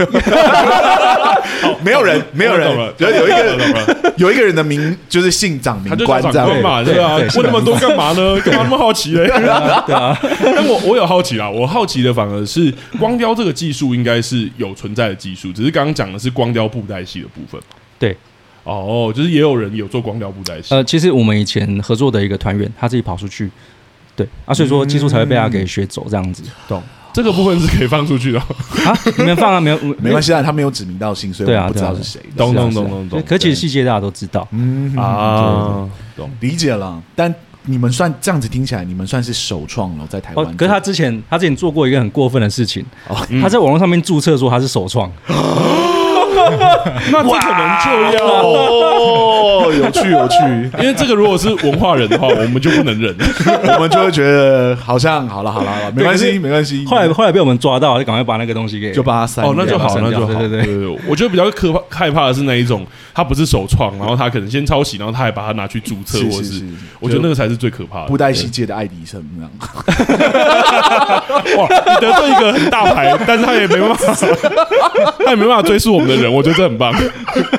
没有人没有人，有有一个有一个人的名就是姓长名官这样嘛，对啊，问那么多干嘛呢？干嘛那么好奇嘞？对啊，但我我有好奇啦，我好奇的反而是光雕这个技术应该是有存在的技术，只是刚刚讲的是光雕布袋戏的部分。 对。 哦，就是也有人有做光雕布袋戏。 呃，其实我们以前合作的一个团员，他自己跑出去，对啊，所以说技术才会被他给学走这样子。懂， 这个部分是可以放出去的啊？你们放啊？没有， 没关系啊，他没有指名道姓，所以我们不知道是谁。 懂懂懂懂懂。 可其实细节大家都知道。嗯啊，懂，理解了。但你们算这样子听起来，你们算是首创了在台湾。 可是他之前他之前做过一个很过分的事情，他在网络上面注册说他是首创。 那这可能就要哦，有趣有趣， 因为这个如果是文化人的话，我们就不能忍， 我们就会觉得好像好了好了好了，没关系没关系。 后来后来被我们抓到，就赶快把那个东西给就把它删掉。 哦，那就好，那就好。对对对，我觉得比较可怕害怕的是那一种，他不是首创，然后他可能先抄袭，然后他还把它拿去注册，或是我觉得那个才是最可怕的。 布袋戏界的爱迪生那样。 哇，你得罪一个很大牌，但是他也没办法，他也没办法追溯我们的人。我觉得这很棒。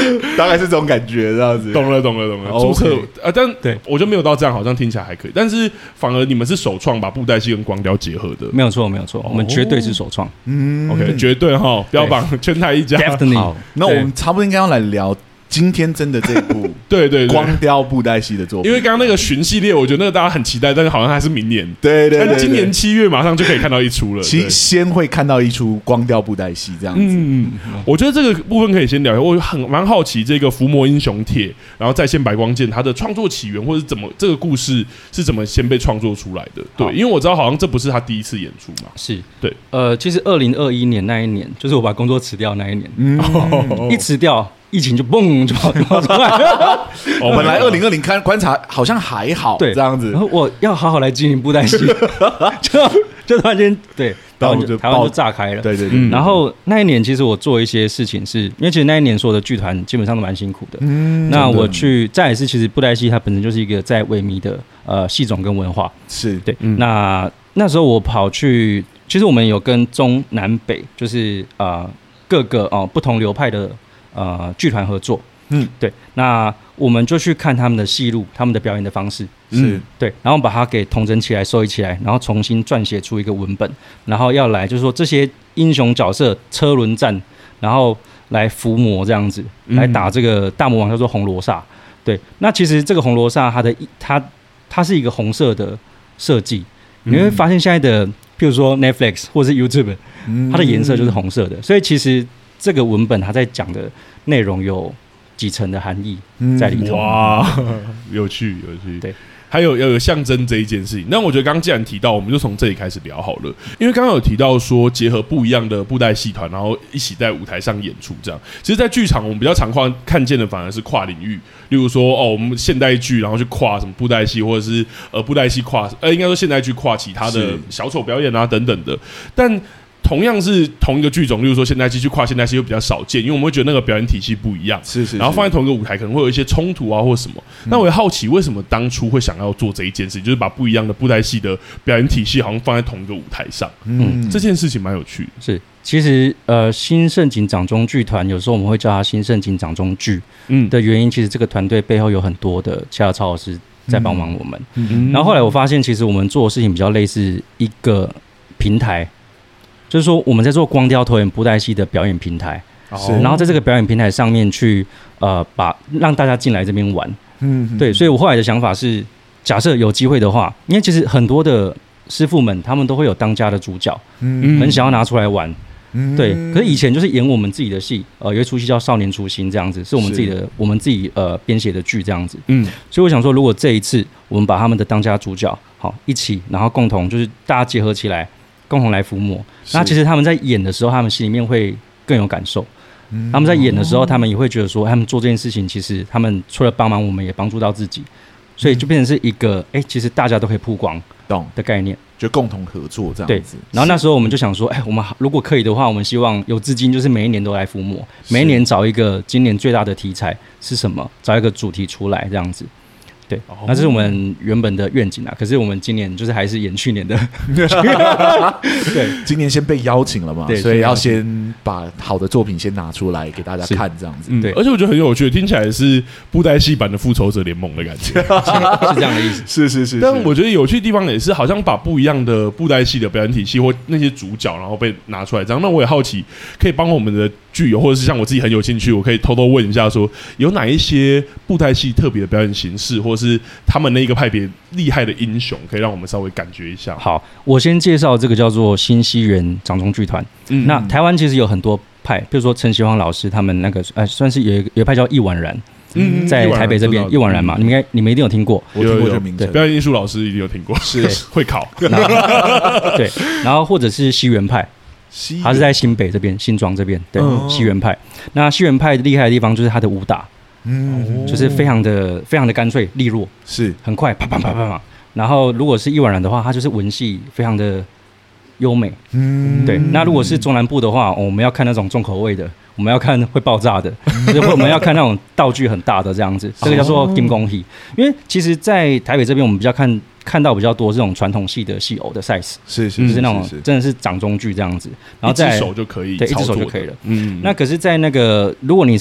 大概是这种感觉，这样子。 懂了，懂了，懂了。注册啊，但对我就没有到这样，好像听起来还可以。但是反而你们是首创把布袋戏跟光雕结合的， 没有错，没有错，我们绝对是首创。 嗯 ，OK， 绝对哈，标榜全台一家。 Definitely。 那我们差不多应该要来聊。今天真的这部对对光雕布袋戏的作品， 因为刚刚那个巡系列，我觉得那个大家很期待，但是好像还是明年。 对对 对, 对， 但今年七月马上就可以看到一出了。 其先会看到一出光雕布袋戏这样子。 嗯，我觉得这个部分可以先聊。我很蛮好奇这个伏魔英雄帖，然后再现白光剑它的创作起源，或者怎么这个故事是怎么先被创作出来的？对，因为我知道好像这不是他第一次演出嘛。 是对， 呃，其实二零二一年那一年，就是我把工作辞掉那一年，嗯，一辞掉。疫情就嘣就跑出来了。 哦，本来二零二零看观察好像还好，对这样子。 然后我要好好来经营布袋戏，就就突然间对，然后就台湾就炸开了。 对对对。 嗯、然后那一年其实我做一些事情是，因为其实那一年所有的剧团基本上都蛮辛苦的。嗯。那我去再也是，其实布袋戏它本身就是一个在萎靡的呃戏种跟文化。 是对。嗯、那那时候我跑去，其实我们有跟中南北，就是呃各个哦、呃、不同流派的。呃，剧团合作，嗯，对，那我们就去看他们的戏路，他们的表演的方式， 是对，然后把它给统整起来、收集起来，然后重新撰写出一个文本，然后要来就是说这些英雄角色车轮战，然后来伏魔这样子，来打这个大魔王叫做红罗刹，对，那其实这个红罗刹它的它它是一个红色的设计，你会发现现在的，譬如说 Netflix 或是 YouTube， 它的颜色就是红色的，所以其实。这个文本它在讲的内容有几层的含义在里头。 哇，有趣有趣。 对， 还有要有象征这一件事情。那我觉得刚刚既然提到，我们就从这里开始聊好了。因为刚刚有提到说结合不一样的布袋戏团，然后一起在舞台上演出这样。其实，在剧场我们比较常看看见的反而是跨领域，例如说哦，我们现代剧然后去跨什么布袋戏，或者是呃布袋戏跨呃应该说现代剧跨其他的小丑表演啊等等的，但。同样是同一个剧种，例如说现代戏去跨现代戏又比较少见，因为我们会觉得那个表演体系不一样， 是 是, 是， 然后放在同一个舞台可能会有一些冲突啊或什么。嗯、那我也好奇，为什么当初会想要做这一件事，就是把不一样的布袋戏的表演体系好像放在同一个舞台上，嗯，这件事情蛮有趣的。 是，其实呃，新盛景掌中剧团有时候我们会叫它新盛景掌中剧，嗯，的原因其实这个团队背后有很多的其他曹老师在帮忙我们。嗯嗯、然后后来我发现，其实我们做的事情比较类似一个平台。就是说，我们在做光雕投影布袋戏的表演平台，然后在这个表演平台上面去呃，把让大家进来这边玩，嗯，对，所以我后来的想法是，假设有机会的话，因为其实很多的师傅们他们都会有当家的主角，嗯，很想要拿出来玩，嗯，对，可是以前就是演我们自己的戏，呃，有一出戏叫《少年初心》这样子，是我们自己的我们自己呃编写的剧这样子，嗯，所以我想说，如果这一次我们把他们的当家主角好一起，然后共同就是大家结合起来。共同来伏魔，那其实他们在演的时候，他们心里面会更有感受。嗯、他们在演的时候，他们也会觉得说，他们做这件事情，其实他们除了帮忙我们，也帮助到自己，所以就变成是一个，哎、欸，其实大家都可以曝光的概念， 就共同合作这样子。 然后那时候我们就想说，哎、欸，我们如果可以的话，我们希望有资金，就是每一年都来伏魔，每一年找一个今年最大的题材是什么，找一个主题出来这样子。对，那这是我们原本的愿景啊。可是我们今年就是还是演去年的， 对，今年先被邀请了嘛，所以要先把好的作品先拿出来给大家看，这样子。 对，而且我觉得很有趣，听起来是布袋戏版的复仇者联盟的感觉， 是这样的意思。 是是是。 但我觉得有趣的地方也是，好像把不一样的布袋戏的表演体系或那些主角，然后被拿出来这样。那我也好奇，可以帮我们的剧友，或者是像我自己很有兴趣，我可以偷偷问一下说，说有哪一些布袋戏特别的表演形式，或是他们那一个派别厉害的英雄，可以让我们稍微感觉一下。 好，我先介绍这个叫做新西园掌中剧团。嗯，那台湾其实有很多派，比如说陈其煌老师他们那个，呃，算是有一个有一派叫易婉然。嗯，在台北这边易婉然嘛，你们应该你们一定有听过， 我听过这名字。 表演艺术老师一定有听过， 是会考。 对，然后或者是西园派。他是在新北这边，新庄这边，对，嗯、西园派。那西园派厉害的地方就是他的武打，嗯，就是非常的非常的干脆利落， 是很快，啪啪啪啪啪。然后如果是易婉然的话，他就是文戏非常的优美，嗯，对。那如果是中南部的话，哦、我们要看那种重口味的，我们要看会爆炸的，就是我们要看那种道具很大的这样子，这个叫做金公戏。因为其实，在台北这边，我们比较看。看到比较多这种传统戏的戏偶的 size， 是是， 就是那种真的是掌中剧这样子，然后再一只手就可以， 对，一只手就可以了。嗯，那可是，在那个如果你是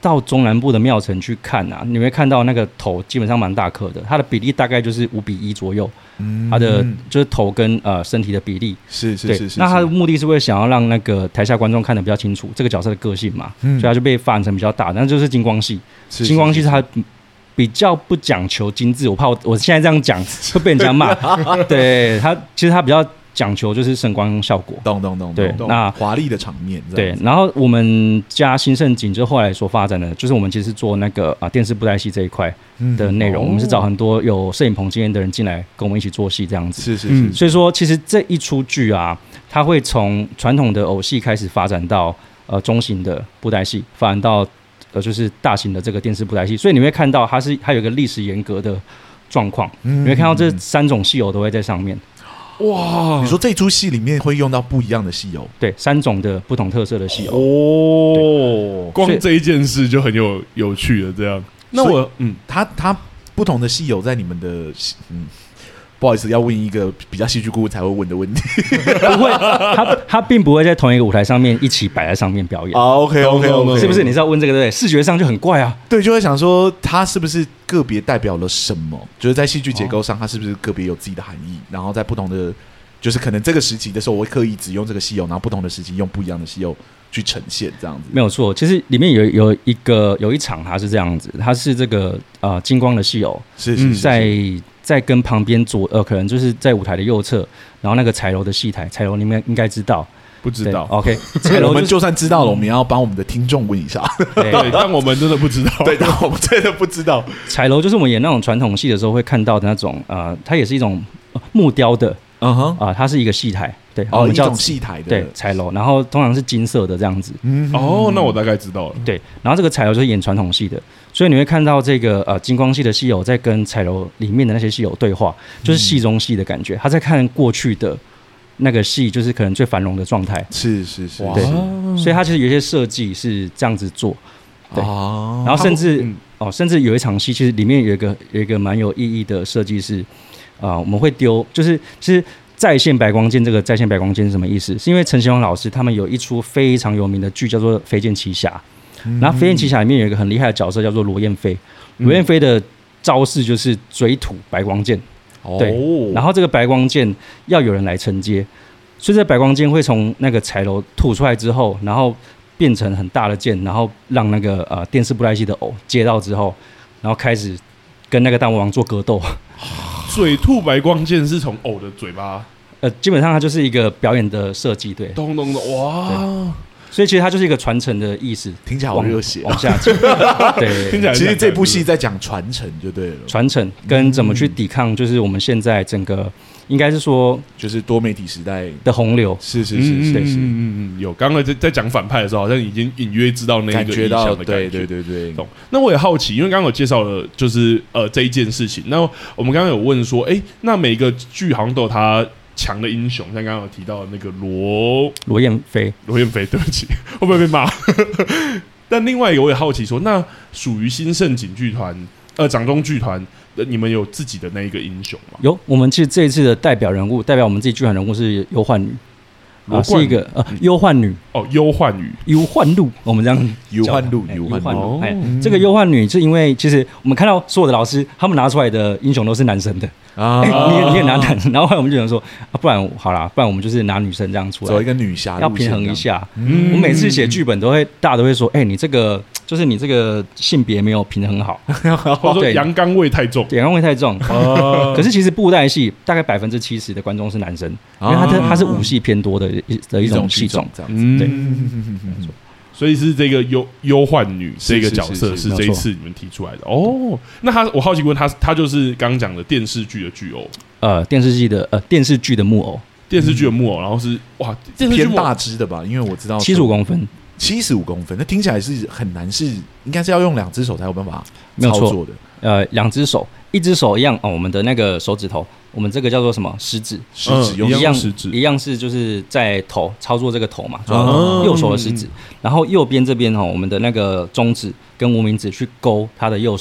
到中南部的庙城去看啊，你会看到那个头基本上蛮大颗的，它的比例大概就是五比一左右，嗯，它的就是头跟呃身体的比例是是是是。 那它的目的是为了想要让那个台下观众看得比较清楚这个角色的个性嘛，嗯、所以它就被发展成比较大，那就是金光系。金光系是它比较不讲求精致，我怕我我现在这样讲会被人家骂。对它其实它比较讲求就是声光效果， 懂懂懂， 对，那华丽的场面， 对。然后我们家新盛景就后来所发展的，就是我们其实做那个啊电视布袋戏这一块的内容，嗯哦、我们是找很多有摄影棚经验的人进来跟我们一起做戏这样子。 是是是。嗯、 所以说，其实这一出剧啊，它会从传统的偶戏开始发展到呃中型的布袋戏，发展到呃就是大型的这个电视布袋戏。所以你会看到它是它有一个历史严格的状况，嗯、你会看到这三种戏偶都会在上面。 哇！你说这出戏里面会用到不一样的戏偶， 对，三种的不同特色的戏偶哦。光这一件事就很有有趣了。这样，那我嗯， 他他不同的戏偶在你们的嗯，不好意思，要问一个比较戏剧顾问才会问的问题。 不会，他他并不会在同一个舞台上面一起摆在上面表演。 啊 ，OK OK OK， 是不是？你是要问这个对不对？视觉上就很怪啊。 对，就会想说他是不是个别代表了什么？就是在戏剧结构上，它是不是个别有自己的含义？然后在不同的，就是可能这个时期的时候，我会刻意只用这个戏偶，然后不同的时期用不一样的戏偶去呈现，这样子。 没有错，其实里面有有一个有一场，它是这样子，它是这个呃金光的戏偶， 是是是是在在跟旁边左呃可能就是在舞台的右侧，然后那个彩楼的戏台，彩楼你们应该知道。 不知道 ，OK， 彩楼、就是、 我们就算知道了，我们也要帮我们的听众问一下。 对，但我们真的不知道。 对，但我们真的不知道。 彩楼就是我们演那种传统戏的时候会看到的那种，呃，它也是一种木雕的，嗯哼，啊，它是一个戏台，对， 哦，一种戏台的， 对，彩楼，然后通常是金色的这样子。 嗯，哦，那我大概知道了。 对，然后这个彩楼就是演传统戏的，所以你会看到这个呃金光系的戏偶在跟彩楼里面的那些戏偶对话，就是戏中戏的感觉，他在看过去的。那个戏就是可能最繁荣的状态， 是是是， 对，所以它其实有一些设计是这样子做，对，然后甚至、嗯、哦，甚至有一场戏，其实里面有一个有一个蛮有意义的设计是，啊、呃，我们会丢，就是其实在线白光剑这个在线白光剑是什么意思？是因为陈贤荣老师他们有一出非常有名的剧叫做《飞剑奇侠》，嗯、然后《飞剑奇侠》里面有一个很厉害的角色叫做罗燕飞，罗、嗯、燕飞的招式就是嘴吐白光剑。对，然后这个白光剑要有人来承接，所以这白光剑会从那个彩楼吐出来之后，然后变成很大的剑，然后让那个呃电视布袋戏的偶接到之后，然后开始跟那个大魔王做格斗。 嘴吐白光剑是从偶的嘴巴， 呃，基本上它就是一个表演的设计，对， 咚咚咚，哇！ 所以其实它就是一个传承的意思， 听起来好热血、啊， 往下讲。对， 听起来其实这部戏在讲传承就对了， 传承跟怎么去抵抗，就是我们现在整个应该是说， 就是多媒体时代的洪流。 是是是是是， 嗯嗯嗯，有。刚刚在在讲反派的时候，好像已经隐约知道那一个意象的感觉， 对对对对。 懂。那我也好奇，因为刚刚有介绍了，就是呃这一件事情。那我们刚刚有问说，哎、欸，那每个剧好像都有它强的英雄，像刚刚有提到的那个罗罗燕飞， 罗燕飞，对不起，会不会被骂？但另外一个我也好奇说，那属于新盛景剧团、呃掌中剧团，你们有自己的那一个英雄吗？ 有，我们其实这一次的代表人物，代表我们自己剧团人物是忧患女。啊，是一个呃忧患女哦，忧患女， 忧患路，我们这样忧患路，忧患路。 哎，这个忧患女是因为其实我们看到所有的老师，他们拿出来的英雄都是男生的啊，欸、你你也拿男，然后后来我们就想说，啊，不然好啦，不然我们就是拿女生这样出来， 走一个女侠， 要平衡一下。嗯，我每次写剧本都会，大家都会说，哎、欸，你这个就是你这个性别没有平衡好， 或者说阳刚味太重， 阳刚味太重。可是其实布袋戏大概百分之七十的观众是男生，因为他的他是武戏偏多的的一种戏种，这样子。对， 所以是这个忧忧患女这个角色是这一次你们提出来的哦。那他，我好奇问他，他就是刚刚讲的电视剧的剧偶， 呃，电视剧的呃电视剧的木偶， 电视剧的木偶，然后是哇，电视剧偏大只的吧？因为我知道七十五公分。 七十五公分，那听起来是很难，是应该是要用两只手才有办法操作的。 呃，两只手，一只手一样哦。我们的那个手指头，我们这个叫做什么？食指， 食指用一样， 食指一样是就是在头操作这个头嘛，抓右手的食指，然后右边这边哦，我们的那个中指跟无名指去勾他的右手，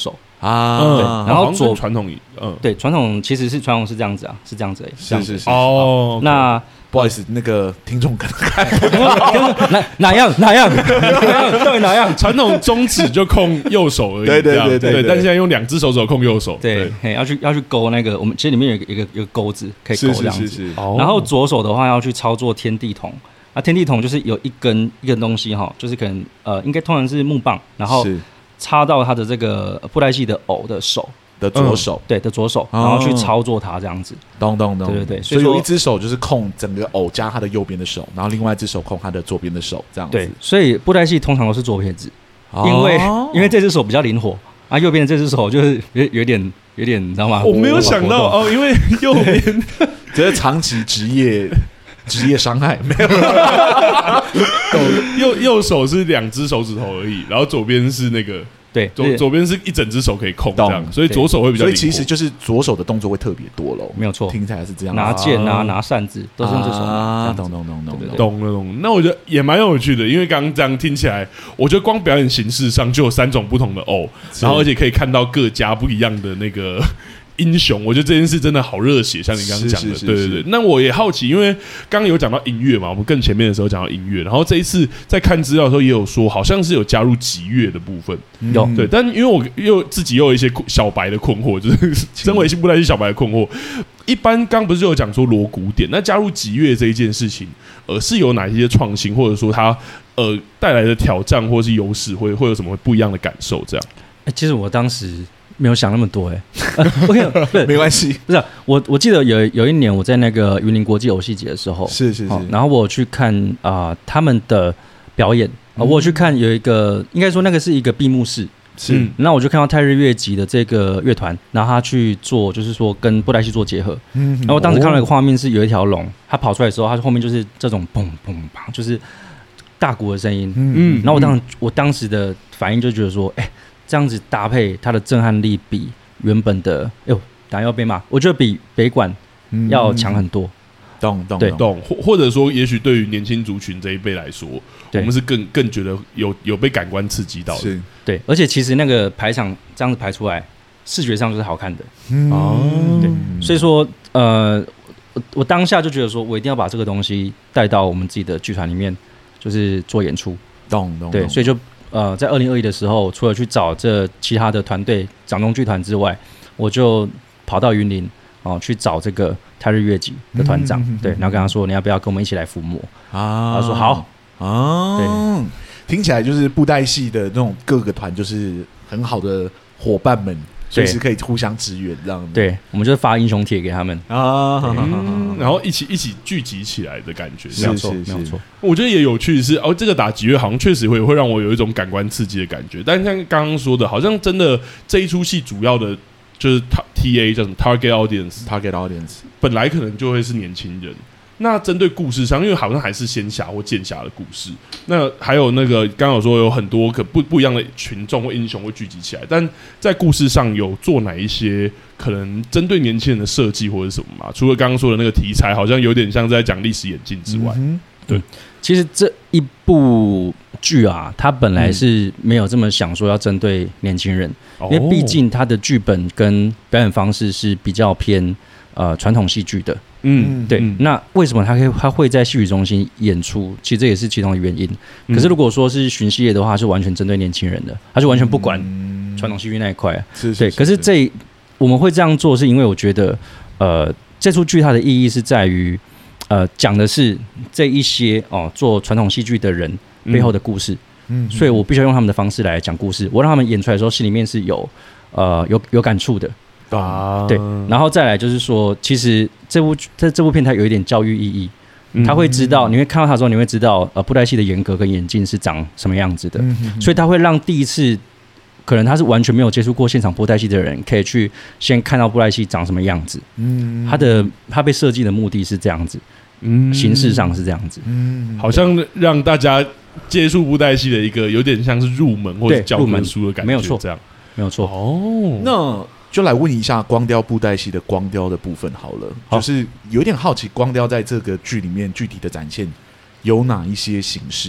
啊， 对， 然后左传统，嗯， 对，传统其实是传统是这样子啊，是这样子， 是是是哦。 那不好意思，那个听众可能看哪哪样哪样哪样到底哪样？ 传统中指就控右手而已， 对对对对， 但现在用两只手指控右手， 对，要去要去勾那个，我们其实里面有一个一个一个钩子可以勾这样子，然后左手的话要去操作天地筒。啊，天地筒就是有一根一根东西哈，就是可能呃，应该通常是木棒，然后插到他的这个布袋戏的偶的手的左手， 对的左手，然后去操作它这样子。 咚咚咚， 对对对， 所以有一只手就是控整个偶加他的右边的手，然后另外一只手控他的左边的手，这样子。 对，所以布袋戏通常都是左撇子，因为因为这只手比较灵活啊，右边的这只手就是有有点有点，你知道吗？ 我没有想到哦，因为右边这是长期职业。职业伤害没有， 右右手是两只手指头而已，然后左边是那个对， 左左边是一整只手可以控这样，所以左手会比较灵活。 所以其实就是左手的动作会特别多喽， 没有错， 听起来是这样， 拿剑啊，拿扇子都是用这手啊，懂懂懂懂懂懂了懂。那我觉得也蛮有趣的，因为刚刚这样听起来，我觉得光表演形式上就有三种不同的偶，然后而且可以看到各家不一样的那个。英雄，我觉得这件事真的好热血，像你刚刚讲的，对对对。那我也好奇，因为刚刚有讲到音乐嘛，我们更前面的时候讲到音乐，然后这一次在看资料的时候也有说，好像是有加入击乐的部分， 有对。但因为我又自己又有一些小白的困惑，就是身为布袋戏小白的困惑。一般刚不是有讲说锣鼓点，那加入击乐这一件事情，呃，是有哪一些创新，或者说它呃带来的挑战或是优势，会会有什么不一样的感受？这样？ 哎，其实我当时。没有想那么多哎、欸呃、，OK， 没关系， 不是、啊、我，我记得有有一年我在那个云林国际偶戏节的时候， 是是是， 然后我有去看啊、呃、他们的表演，呃、我有去看有一个，应该说那个是一个闭幕式， 是， 嗯、那我就看到泰日乐集的这个乐团，然后他去做，就是说跟布袋戏做结合，嗯，然后我当时看到一个画面是有一条龙，它跑出来的时候，它后面就是这种砰砰砰，就是大鼓的声音，嗯，然后我当时我当时的反应就觉得说，哎、欸。这样子搭配，它的震撼力比原本的，哎呦，等下要被骂，我觉得比北管要强很多。 懂懂懂，或或者说，也许对于年轻族群这一辈来说，我们是更更觉得有有被感官刺激到的。 对，而且其实那个排场这样子排出来，视觉上就是好看的。 哦、 嗯，对，所以说，呃，我我当下就觉得说，我一定要把这个东西带到我们自己的剧团里面，就是做演出。 懂懂， 对，所以就。呃，在二零二一的时候，除了去找这其他的团队掌中剧团之外，我就跑到云林哦、呃、去找这个泰日乐集的团长，嗯、对，然后跟他说你要不要跟我们一起来伏魔啊？他说好啊，对，听起来就是布袋戏的那种各个团就是很好的伙伴们。随时可以互相支援，这样子。 对，我们就发英雄帖给他们啊、 嗯，然后一起一起聚集起来的感觉， 是是是， 没有错。 我觉得也有趣的是，哦，这个打击乐好像确实会会让我有一种感官刺激的感觉。但像刚刚说的，好像真的这一出戏主要的就是 T A 叫什么 Target Audience，Target Audience 本来可能就会是年轻人。那针对故事上，因为好像还是仙侠或剑侠的故事，那还有那个刚刚有说有很多可不不一样的群众或英雄会聚集起来，但在故事上有做哪一些可能针对年轻人的设计或者什么吗？除了刚刚说的那个题材，好像有点像在讲历史演进之外，嗯、对， 其实这一部剧啊，它本来是没有这么想说要针对年轻人，嗯、因为毕竟它的剧本跟表演方式是比较偏呃传统戏剧的。嗯，对。嗯、那为什么他可以他会在戏曲中心演出？其实这也是其中的原因。可是如果说是巡系列的话，是完全针对年轻人的，他就完全不管传统戏剧那一块、啊。 是， 对。可是这我们会这样做，是因为我觉得，呃，这出剧它的意义是在于，呃，讲的是这一些哦做传统戏剧的人背后的故事。嗯，所以我必须要用他们的方式来讲故事。我让他们演出来的时候，心里面是有呃有有感触的。 啊， 对，然后再来就是说，其实这部这这部片它有一点教育意义，嗯、他会知道，你会看到它之后，你会知道，呃，布袋戏的严格跟演进是长什么样子的，嗯、所以他会让第一次可能他是完全没有接触过现场布袋戏的人，可以去先看到布袋戏长什么样子。嗯，他的他被设计的目的是这样子，嗯，形式上是这样子， 嗯，好像让大家接触布袋戏的一个有点像是入门或者教科书的感觉， 没有错， 这样没有错。 哦，那。就来问一下光雕布袋戏的光雕的部分好了，好就是有点好奇光雕在这个剧里面具体的展现有哪一些形式？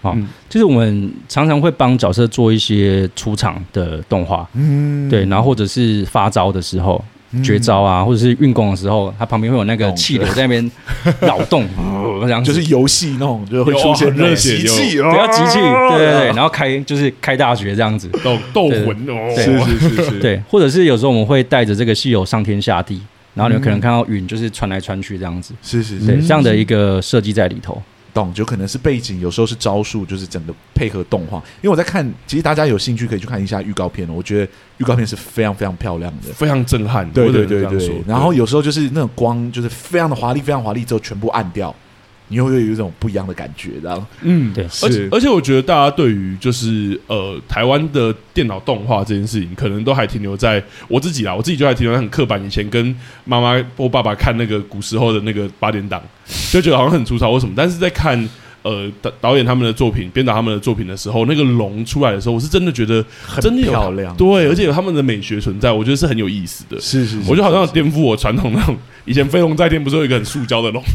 哦，嗯、就是我们常常会帮角色做一些出场的动画，嗯，对，然后或者是发招的时候。绝招啊，或者是运功的时候，它旁边会有那个气流在那边扰动，这样就是游戏那种，就会出现热血集气， 不要集气，对对对，然后开就是开大绝这样子， 斗斗魂哦， 是是是是，对，或者是有时候我们会带着这个戏友上天下地，然后你们可能看到云就是传来传去这样子， 是是是， 对，这样的一个设计在里头。 懂，就可能是背景，有时候是招数，就是整个配合动画。因为我在看，其实大家有兴趣可以去看一下预告片，我觉得预告片是非常非常漂亮的， 非常震撼。 对对对对。然后有时候就是那种光，就是非常的华丽，非常华丽之后全部暗掉，你又会有一种不一样的感觉，这样。 嗯，对。而且而且，我觉得大家对于就是呃台湾的电脑动画这件事情，可能都还停留在我自己啦，我自己就还停留在很刻板。以前跟妈妈或爸爸看那个古时候的那个八点档，就觉得好像很粗糙或什么。但是在看呃导导演他们的作品、编导他们的作品的时候，那个龙出来的时候，我是真的觉得真的有漂亮， 对，而且有他们的美学存在，我觉得是很有意思的。 是是是， 我觉得好像颠覆我传统那种。以前飞龙在天不是有一个很塑胶的龙？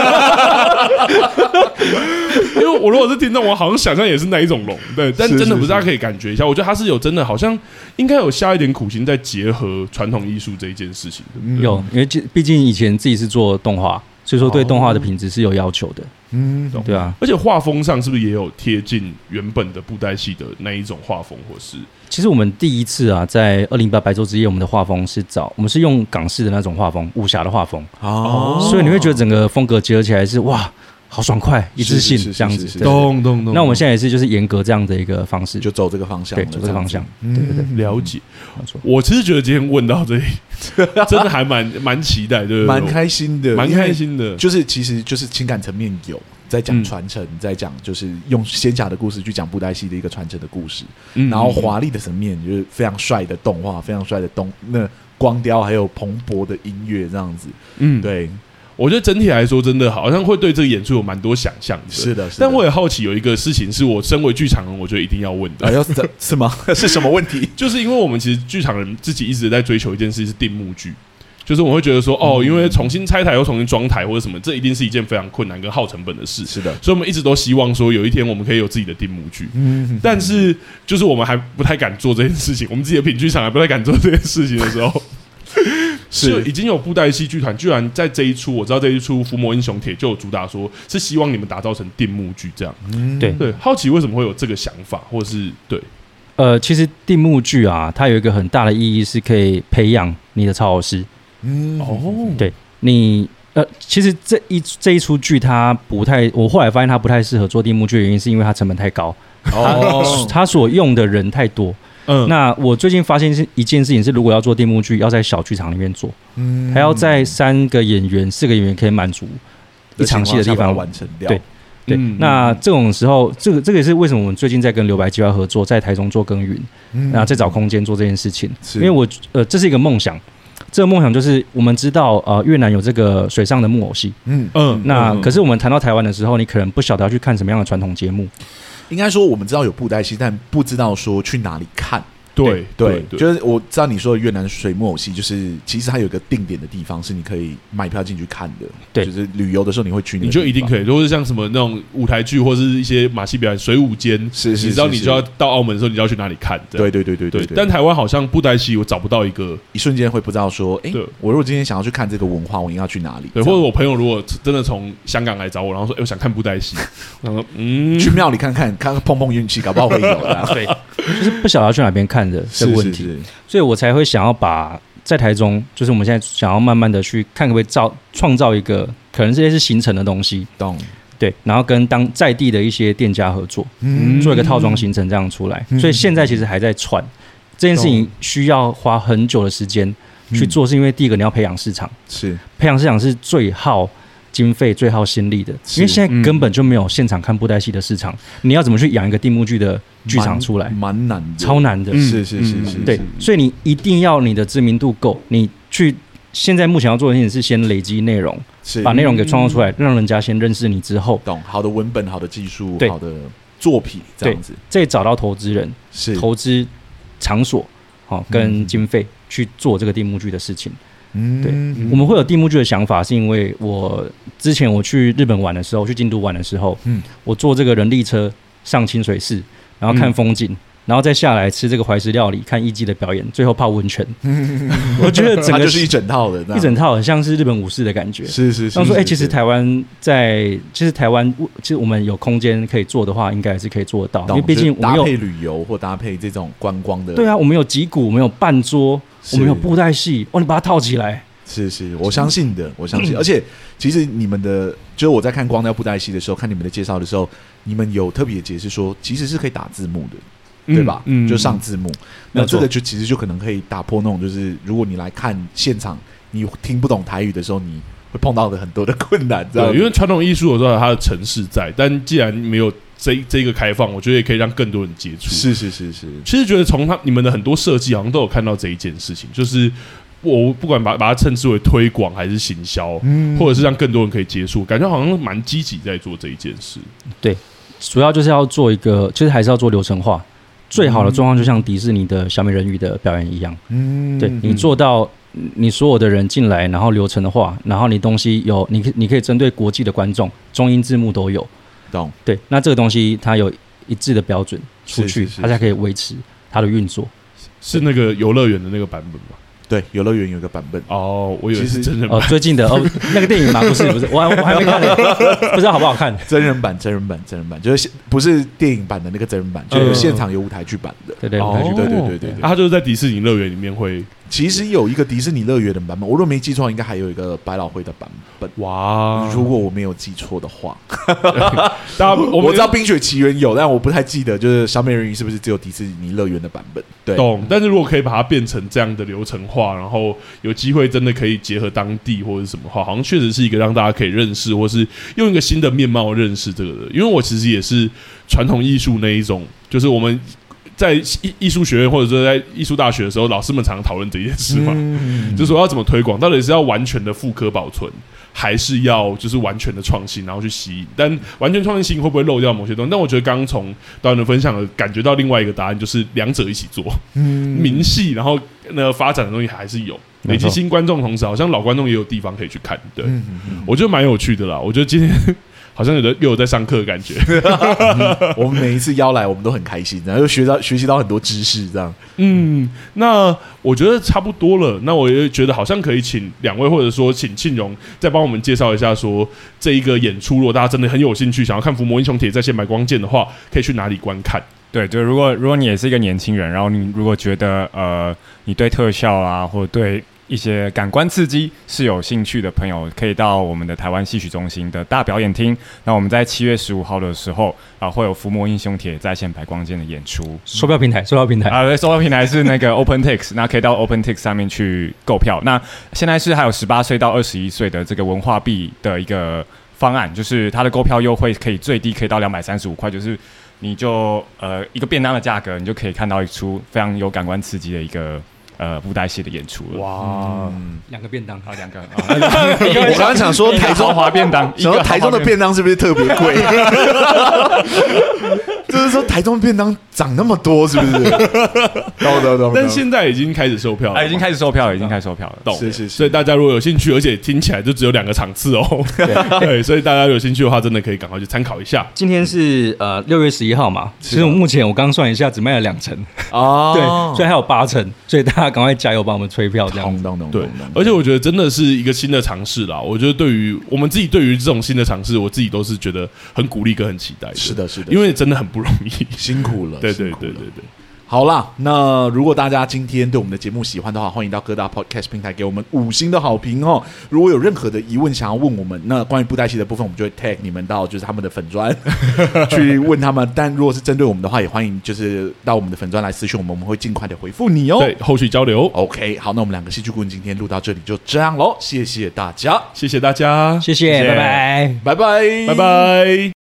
因为我如果是听众，我好像想象也是那一种龙，对，但真的不是，大家可以感觉一下，我觉得他是有真的好像应该有下一点苦心在结合传统艺术这一件事情的。 嗯、有，因为毕竟以前自己是做动画，所以说对动画的品质是有要求的。嗯，对啊， 而且画风上是不是也有贴近原本的布袋戏的那一种画风，或是？ 其实我们第一次啊，在二零八白昼之夜，我们的画风是找我们是用港式的那种画风，武侠的画风哦，所以你会觉得整个风格结合起来是哇，好爽快，一致性这样子。 咚咚咚。 那我们现在也是就是严格这样的一个方式， 就走这个方向， 对，走这个方向。对对对， 了解。我其实觉得今天问到这里，真的还蛮蛮期待，对不对？ 蛮开心的， 蛮开心的。 就是其实就是情感层面有。在讲传承，嗯、在讲就是用仙侠的故事去讲布袋戏的一个传承的故事，嗯、然后华丽的层面就是非常帅的动画，非常帅的动那光雕，还有蓬勃的音乐这样子。嗯，对， 我觉得整体来说，真的好像会对这个演出有蛮多想象的。 是的，是的， 但我也好奇有一个事情，是我身为剧场人，我觉得一定要问的。 啊，要是是吗？是什么问题？ 就是因为我们其实剧场人自己一直在追求一件事，是定目剧。就是我会觉得说，哦，因为重新拆台又重新装台或者什么，这一定是一件非常困难跟耗成本的事。 是的， 所以我们一直都希望说，有一天我们可以有自己的定目剧。嗯，但是就是我们还不太敢做这件事情，我们自己的品剧场还不太敢做这件事情的时候，是已经有布袋戏剧团居然在这一出，我知道这一出《伏魔英雄帖》就有主打说，是希望你们打造成定目剧这样。嗯，对对，好奇为什么会有这个想法，或是对。 呃，其实定目剧啊，它有一个很大的意义，是可以培养你的操偶师。嗯哦，对你呃，其实这一这一出剧它不太，我后来发现它不太适合做定目剧的原因，是因为它成本太高，哦，它所用的人太多。嗯，那我最近发现是一件事情是，如果要做定目剧，要在小剧场里面做，嗯，还要在三个演员、四个演员可以满足一场戏的地方完成掉。 对对，嗯、那这种时候，这个这个也是为什么我们最近在跟留白计划合作，在台中做耕耘，嗯，然后再找空间做这件事情，因为我呃，这是一个梦想。这个梦想就是我们知道，呃，越南有这个水上的木偶戏，嗯嗯，那可是我们谈到台湾的时候，你可能不晓得要去看什么样的传统节目。 应该说，我们知道有布袋戏，但不知道说去哪里看。 对对, 对，就是我知道你说的越南水木偶戏，就是其实它有一个定点的地方是你可以买票进去看的。对，就是旅游的时候你会去那个地方， 你就一定可以。如果是像什么那种舞台剧或是一些马戏表演、水舞间， 是是， 你知道你就要到澳门的时候，你就要去哪里看。 对对对对 对, 对。 但台湾好像布袋戏，我找不到一个， 一瞬间会不知道说，哎、欸，我如果今天想要去看这个文化，我应该要去哪里？ 对，或者我朋友如果真的从香港来找我，然后说，哎、欸，我想看布袋戏，然后嗯， 去庙里看看，看看碰碰运气，搞不好会有的。 对，就是不晓得要去哪边看的这个问题。是是是，所以我才会想要把在台中，就是我们现在想要慢慢的去看可不可以造创造一个可能这些是行程的东西， 懂？ 对，然后跟当在地的一些店家合作，嗯，做一个套装行程这样出来。嗯、所以现在其实还在串这件事情，需要花很久的时间去做，是因为第一个你要培养市场， 是培养市场是最耗经费、最耗心力的，因为现在根本就没有现场看布袋戏的市场，你要怎么去养一个定目剧的剧场出来？ 蛮难的， 超难的。 是是是是， 对，所以你一定要你的知名度够，你去现在目前要做的事情是先累积内容，把内容给创造出来，让人家先认识你之后， 懂好的文本、好的技术、好的作品这样子， 再找到投资人， 是投资场所，好跟经费去做这个定目剧的事情。嗯，对，我们会有定目剧的想法，是因为我之前我去日本玩的时候，去京都玩的时候，嗯，我坐这个人力车上清水寺，然后看风景。嗯，然后再下来吃这个怀石料理，看艺伎的表演，最后泡温泉。我觉得整个就是一整套的， 一整套很像是日本武士的感觉。 是是是。 他说：“哎、欸，其实台湾在，其实台湾其实我们有空间可以做的话，应该是可以做得到。因为毕竟我们有搭配旅游或搭配这种观光的。 对啊，我们有击鼓，我们有半桌，我们有布袋戏，哦，你把它套起来。 是是，我相信的，我相信。而且其实你们的，就是我在看光雕布袋戏的时候，看你们的介绍的时候，你们有特别解释说，其实是可以打字幕的。”对吧？嗯，就上字幕，嗯、那这个就其实就可能可以打破那种，就是如果你来看现场，你听不懂台语的时候，你会碰到的很多的困难，知道吗？ 对，因为传统艺术有时候有它的程式在，但既然没有这这个开放，我觉得也可以让更多人接触。 是是是是， 其实觉得从他你们的很多设计，好像都有看到这一件事情，就是我不管把把它称之为推广还是行销，嗯，或者是让更多人可以接触，感觉好像蛮积极在做这一件事。 对，主要就是要做一个，就是还是要做流程化。最好的状况就像迪士尼的小美人鱼的表演一样，嗯，对，你做到你所有的人进来，然后流程的话，然后你东西有，你你可以针对国际的观众，中英字幕都有， 懂？ 对，那这个东西它有一致的标准出去，它才可以维持它的运作。 是那个游乐园的那个版本吗？ 对，游乐园有一个版本哦，我以为是真人版。 哦，最近的哦，那个电影嘛，不是不是，我我还没看呢，不知道好不好看。 真人版，真人版，真人版，就是不是电影版的那个真人版，就是现场有舞台剧版的。 对对，舞台剧， 对对对对对。 他就是在迪士尼乐园里面会。 其实有一个迪士尼乐园的版本，我如果没记错，应该还有一个百老汇的版本。 哇， 如果我没有记错的话， 大家我我知道《冰雪奇缘》有，但我不太记得，就是小美人鱼是不是只有迪士尼乐园的版本？对， 懂。但是如果可以把它变成这样的流程化，然后有机会真的可以结合当地或者什么话，好像确实是一个让大家可以认识，或是用一个新的面貌认识这个的。因为我其实也是传统艺术那一种，就是我们。在艺术学院或者说在艺术大学的时候，老师们常常讨论这件事嘛，嗯、就是说要怎么推广，到底是要完全的复刻保存，还是要就是完全的创新，然后去吸引？但完全创新会不会漏掉某些东西？但我觉得刚刚从导演的分享感觉到另外一个答案，就是两者一起做，嗯、明细，然后那发展的东西还是有。累积新观众，同时好像老观众也有地方可以去看。对，嗯、我觉得蛮有趣的啦。我觉得今天。好像有的又有在上课的感觉、 嗯，我们每一次邀来，我们都很开心，然后又学到学习到很多知识，这样。 嗯，那我觉得差不多了。那我也觉得好像可以请两位，或者说请庆荣再帮我们介绍一下，说这一个演出，如果大家真的很有兴趣，想要看《伏魔英雄帖》在线买光剑的话，可以去哪里观看？ 对，就如果如果你也是一个年轻人，然后你如果觉得呃你对特效啊，或者对一些感官刺激是有兴趣的朋友，可以到我们的台湾戏曲中心的大表演厅。那我们在七月十五号的时候啊、呃，会有《伏魔英雄帖》在线白光剑的演出。 售票平台，售票平台啊，对，售票平台是那个 OpenTix， 那可以到 OpenTix 上面去购票。那现在是还有十八岁到二十一岁的这个文化币的一个方案，就是它的购票优惠可以最低可以到两百三十五块，就是你就呃一个便当的价格，你就可以看到一出非常有感官刺激的一个。呃，布袋戏的演出了。 哇，两、嗯、个便当， 好两个。 我刚刚想说台中华便当， 想说台中的便当是不是特别贵？就是说台中便当涨那么多，是不是？懂懂懂。 但现在已经开始售票了、 啊，已经开始售票了，已经开始售票了。 懂。 是是是。 所以大家如果有兴趣，而且听起来就只有两个场次哦。对, 对，所以大家有兴趣的话，真的可以赶快去参考一下。 今天是呃六月十一号嘛，其实目前我刚算一下，只卖了两成哦，对，所以还有八成，所以大家赶快加油，帮我们催票这样。 对，而且我觉得真的是一个新的尝试啦。我觉得对于我们自己，对于这种新的尝试，我自己都是觉得很鼓励跟很期待的。 是的，是的， 因为真的很不容易， 辛苦了。 对对对对对。 好啦，那如果大家今天对我们的节目喜欢的话，欢迎到各大 podcast 平台给我们五星的好评哦。如果有任何的疑问想要问我们，那关于布袋戏的部分，我们就会 tag 你们到就是他们的粉专去问他们。但如果是针对我们的话，也欢迎就是到我们的粉专来私讯我们，我们会尽快的回复你哦。 对，后续交流。 OK， 好，那我们两个戏剧顾问今天录到这里就这样喽，谢谢大家， 谢谢大家， 谢谢，拜拜， 拜拜， 拜拜。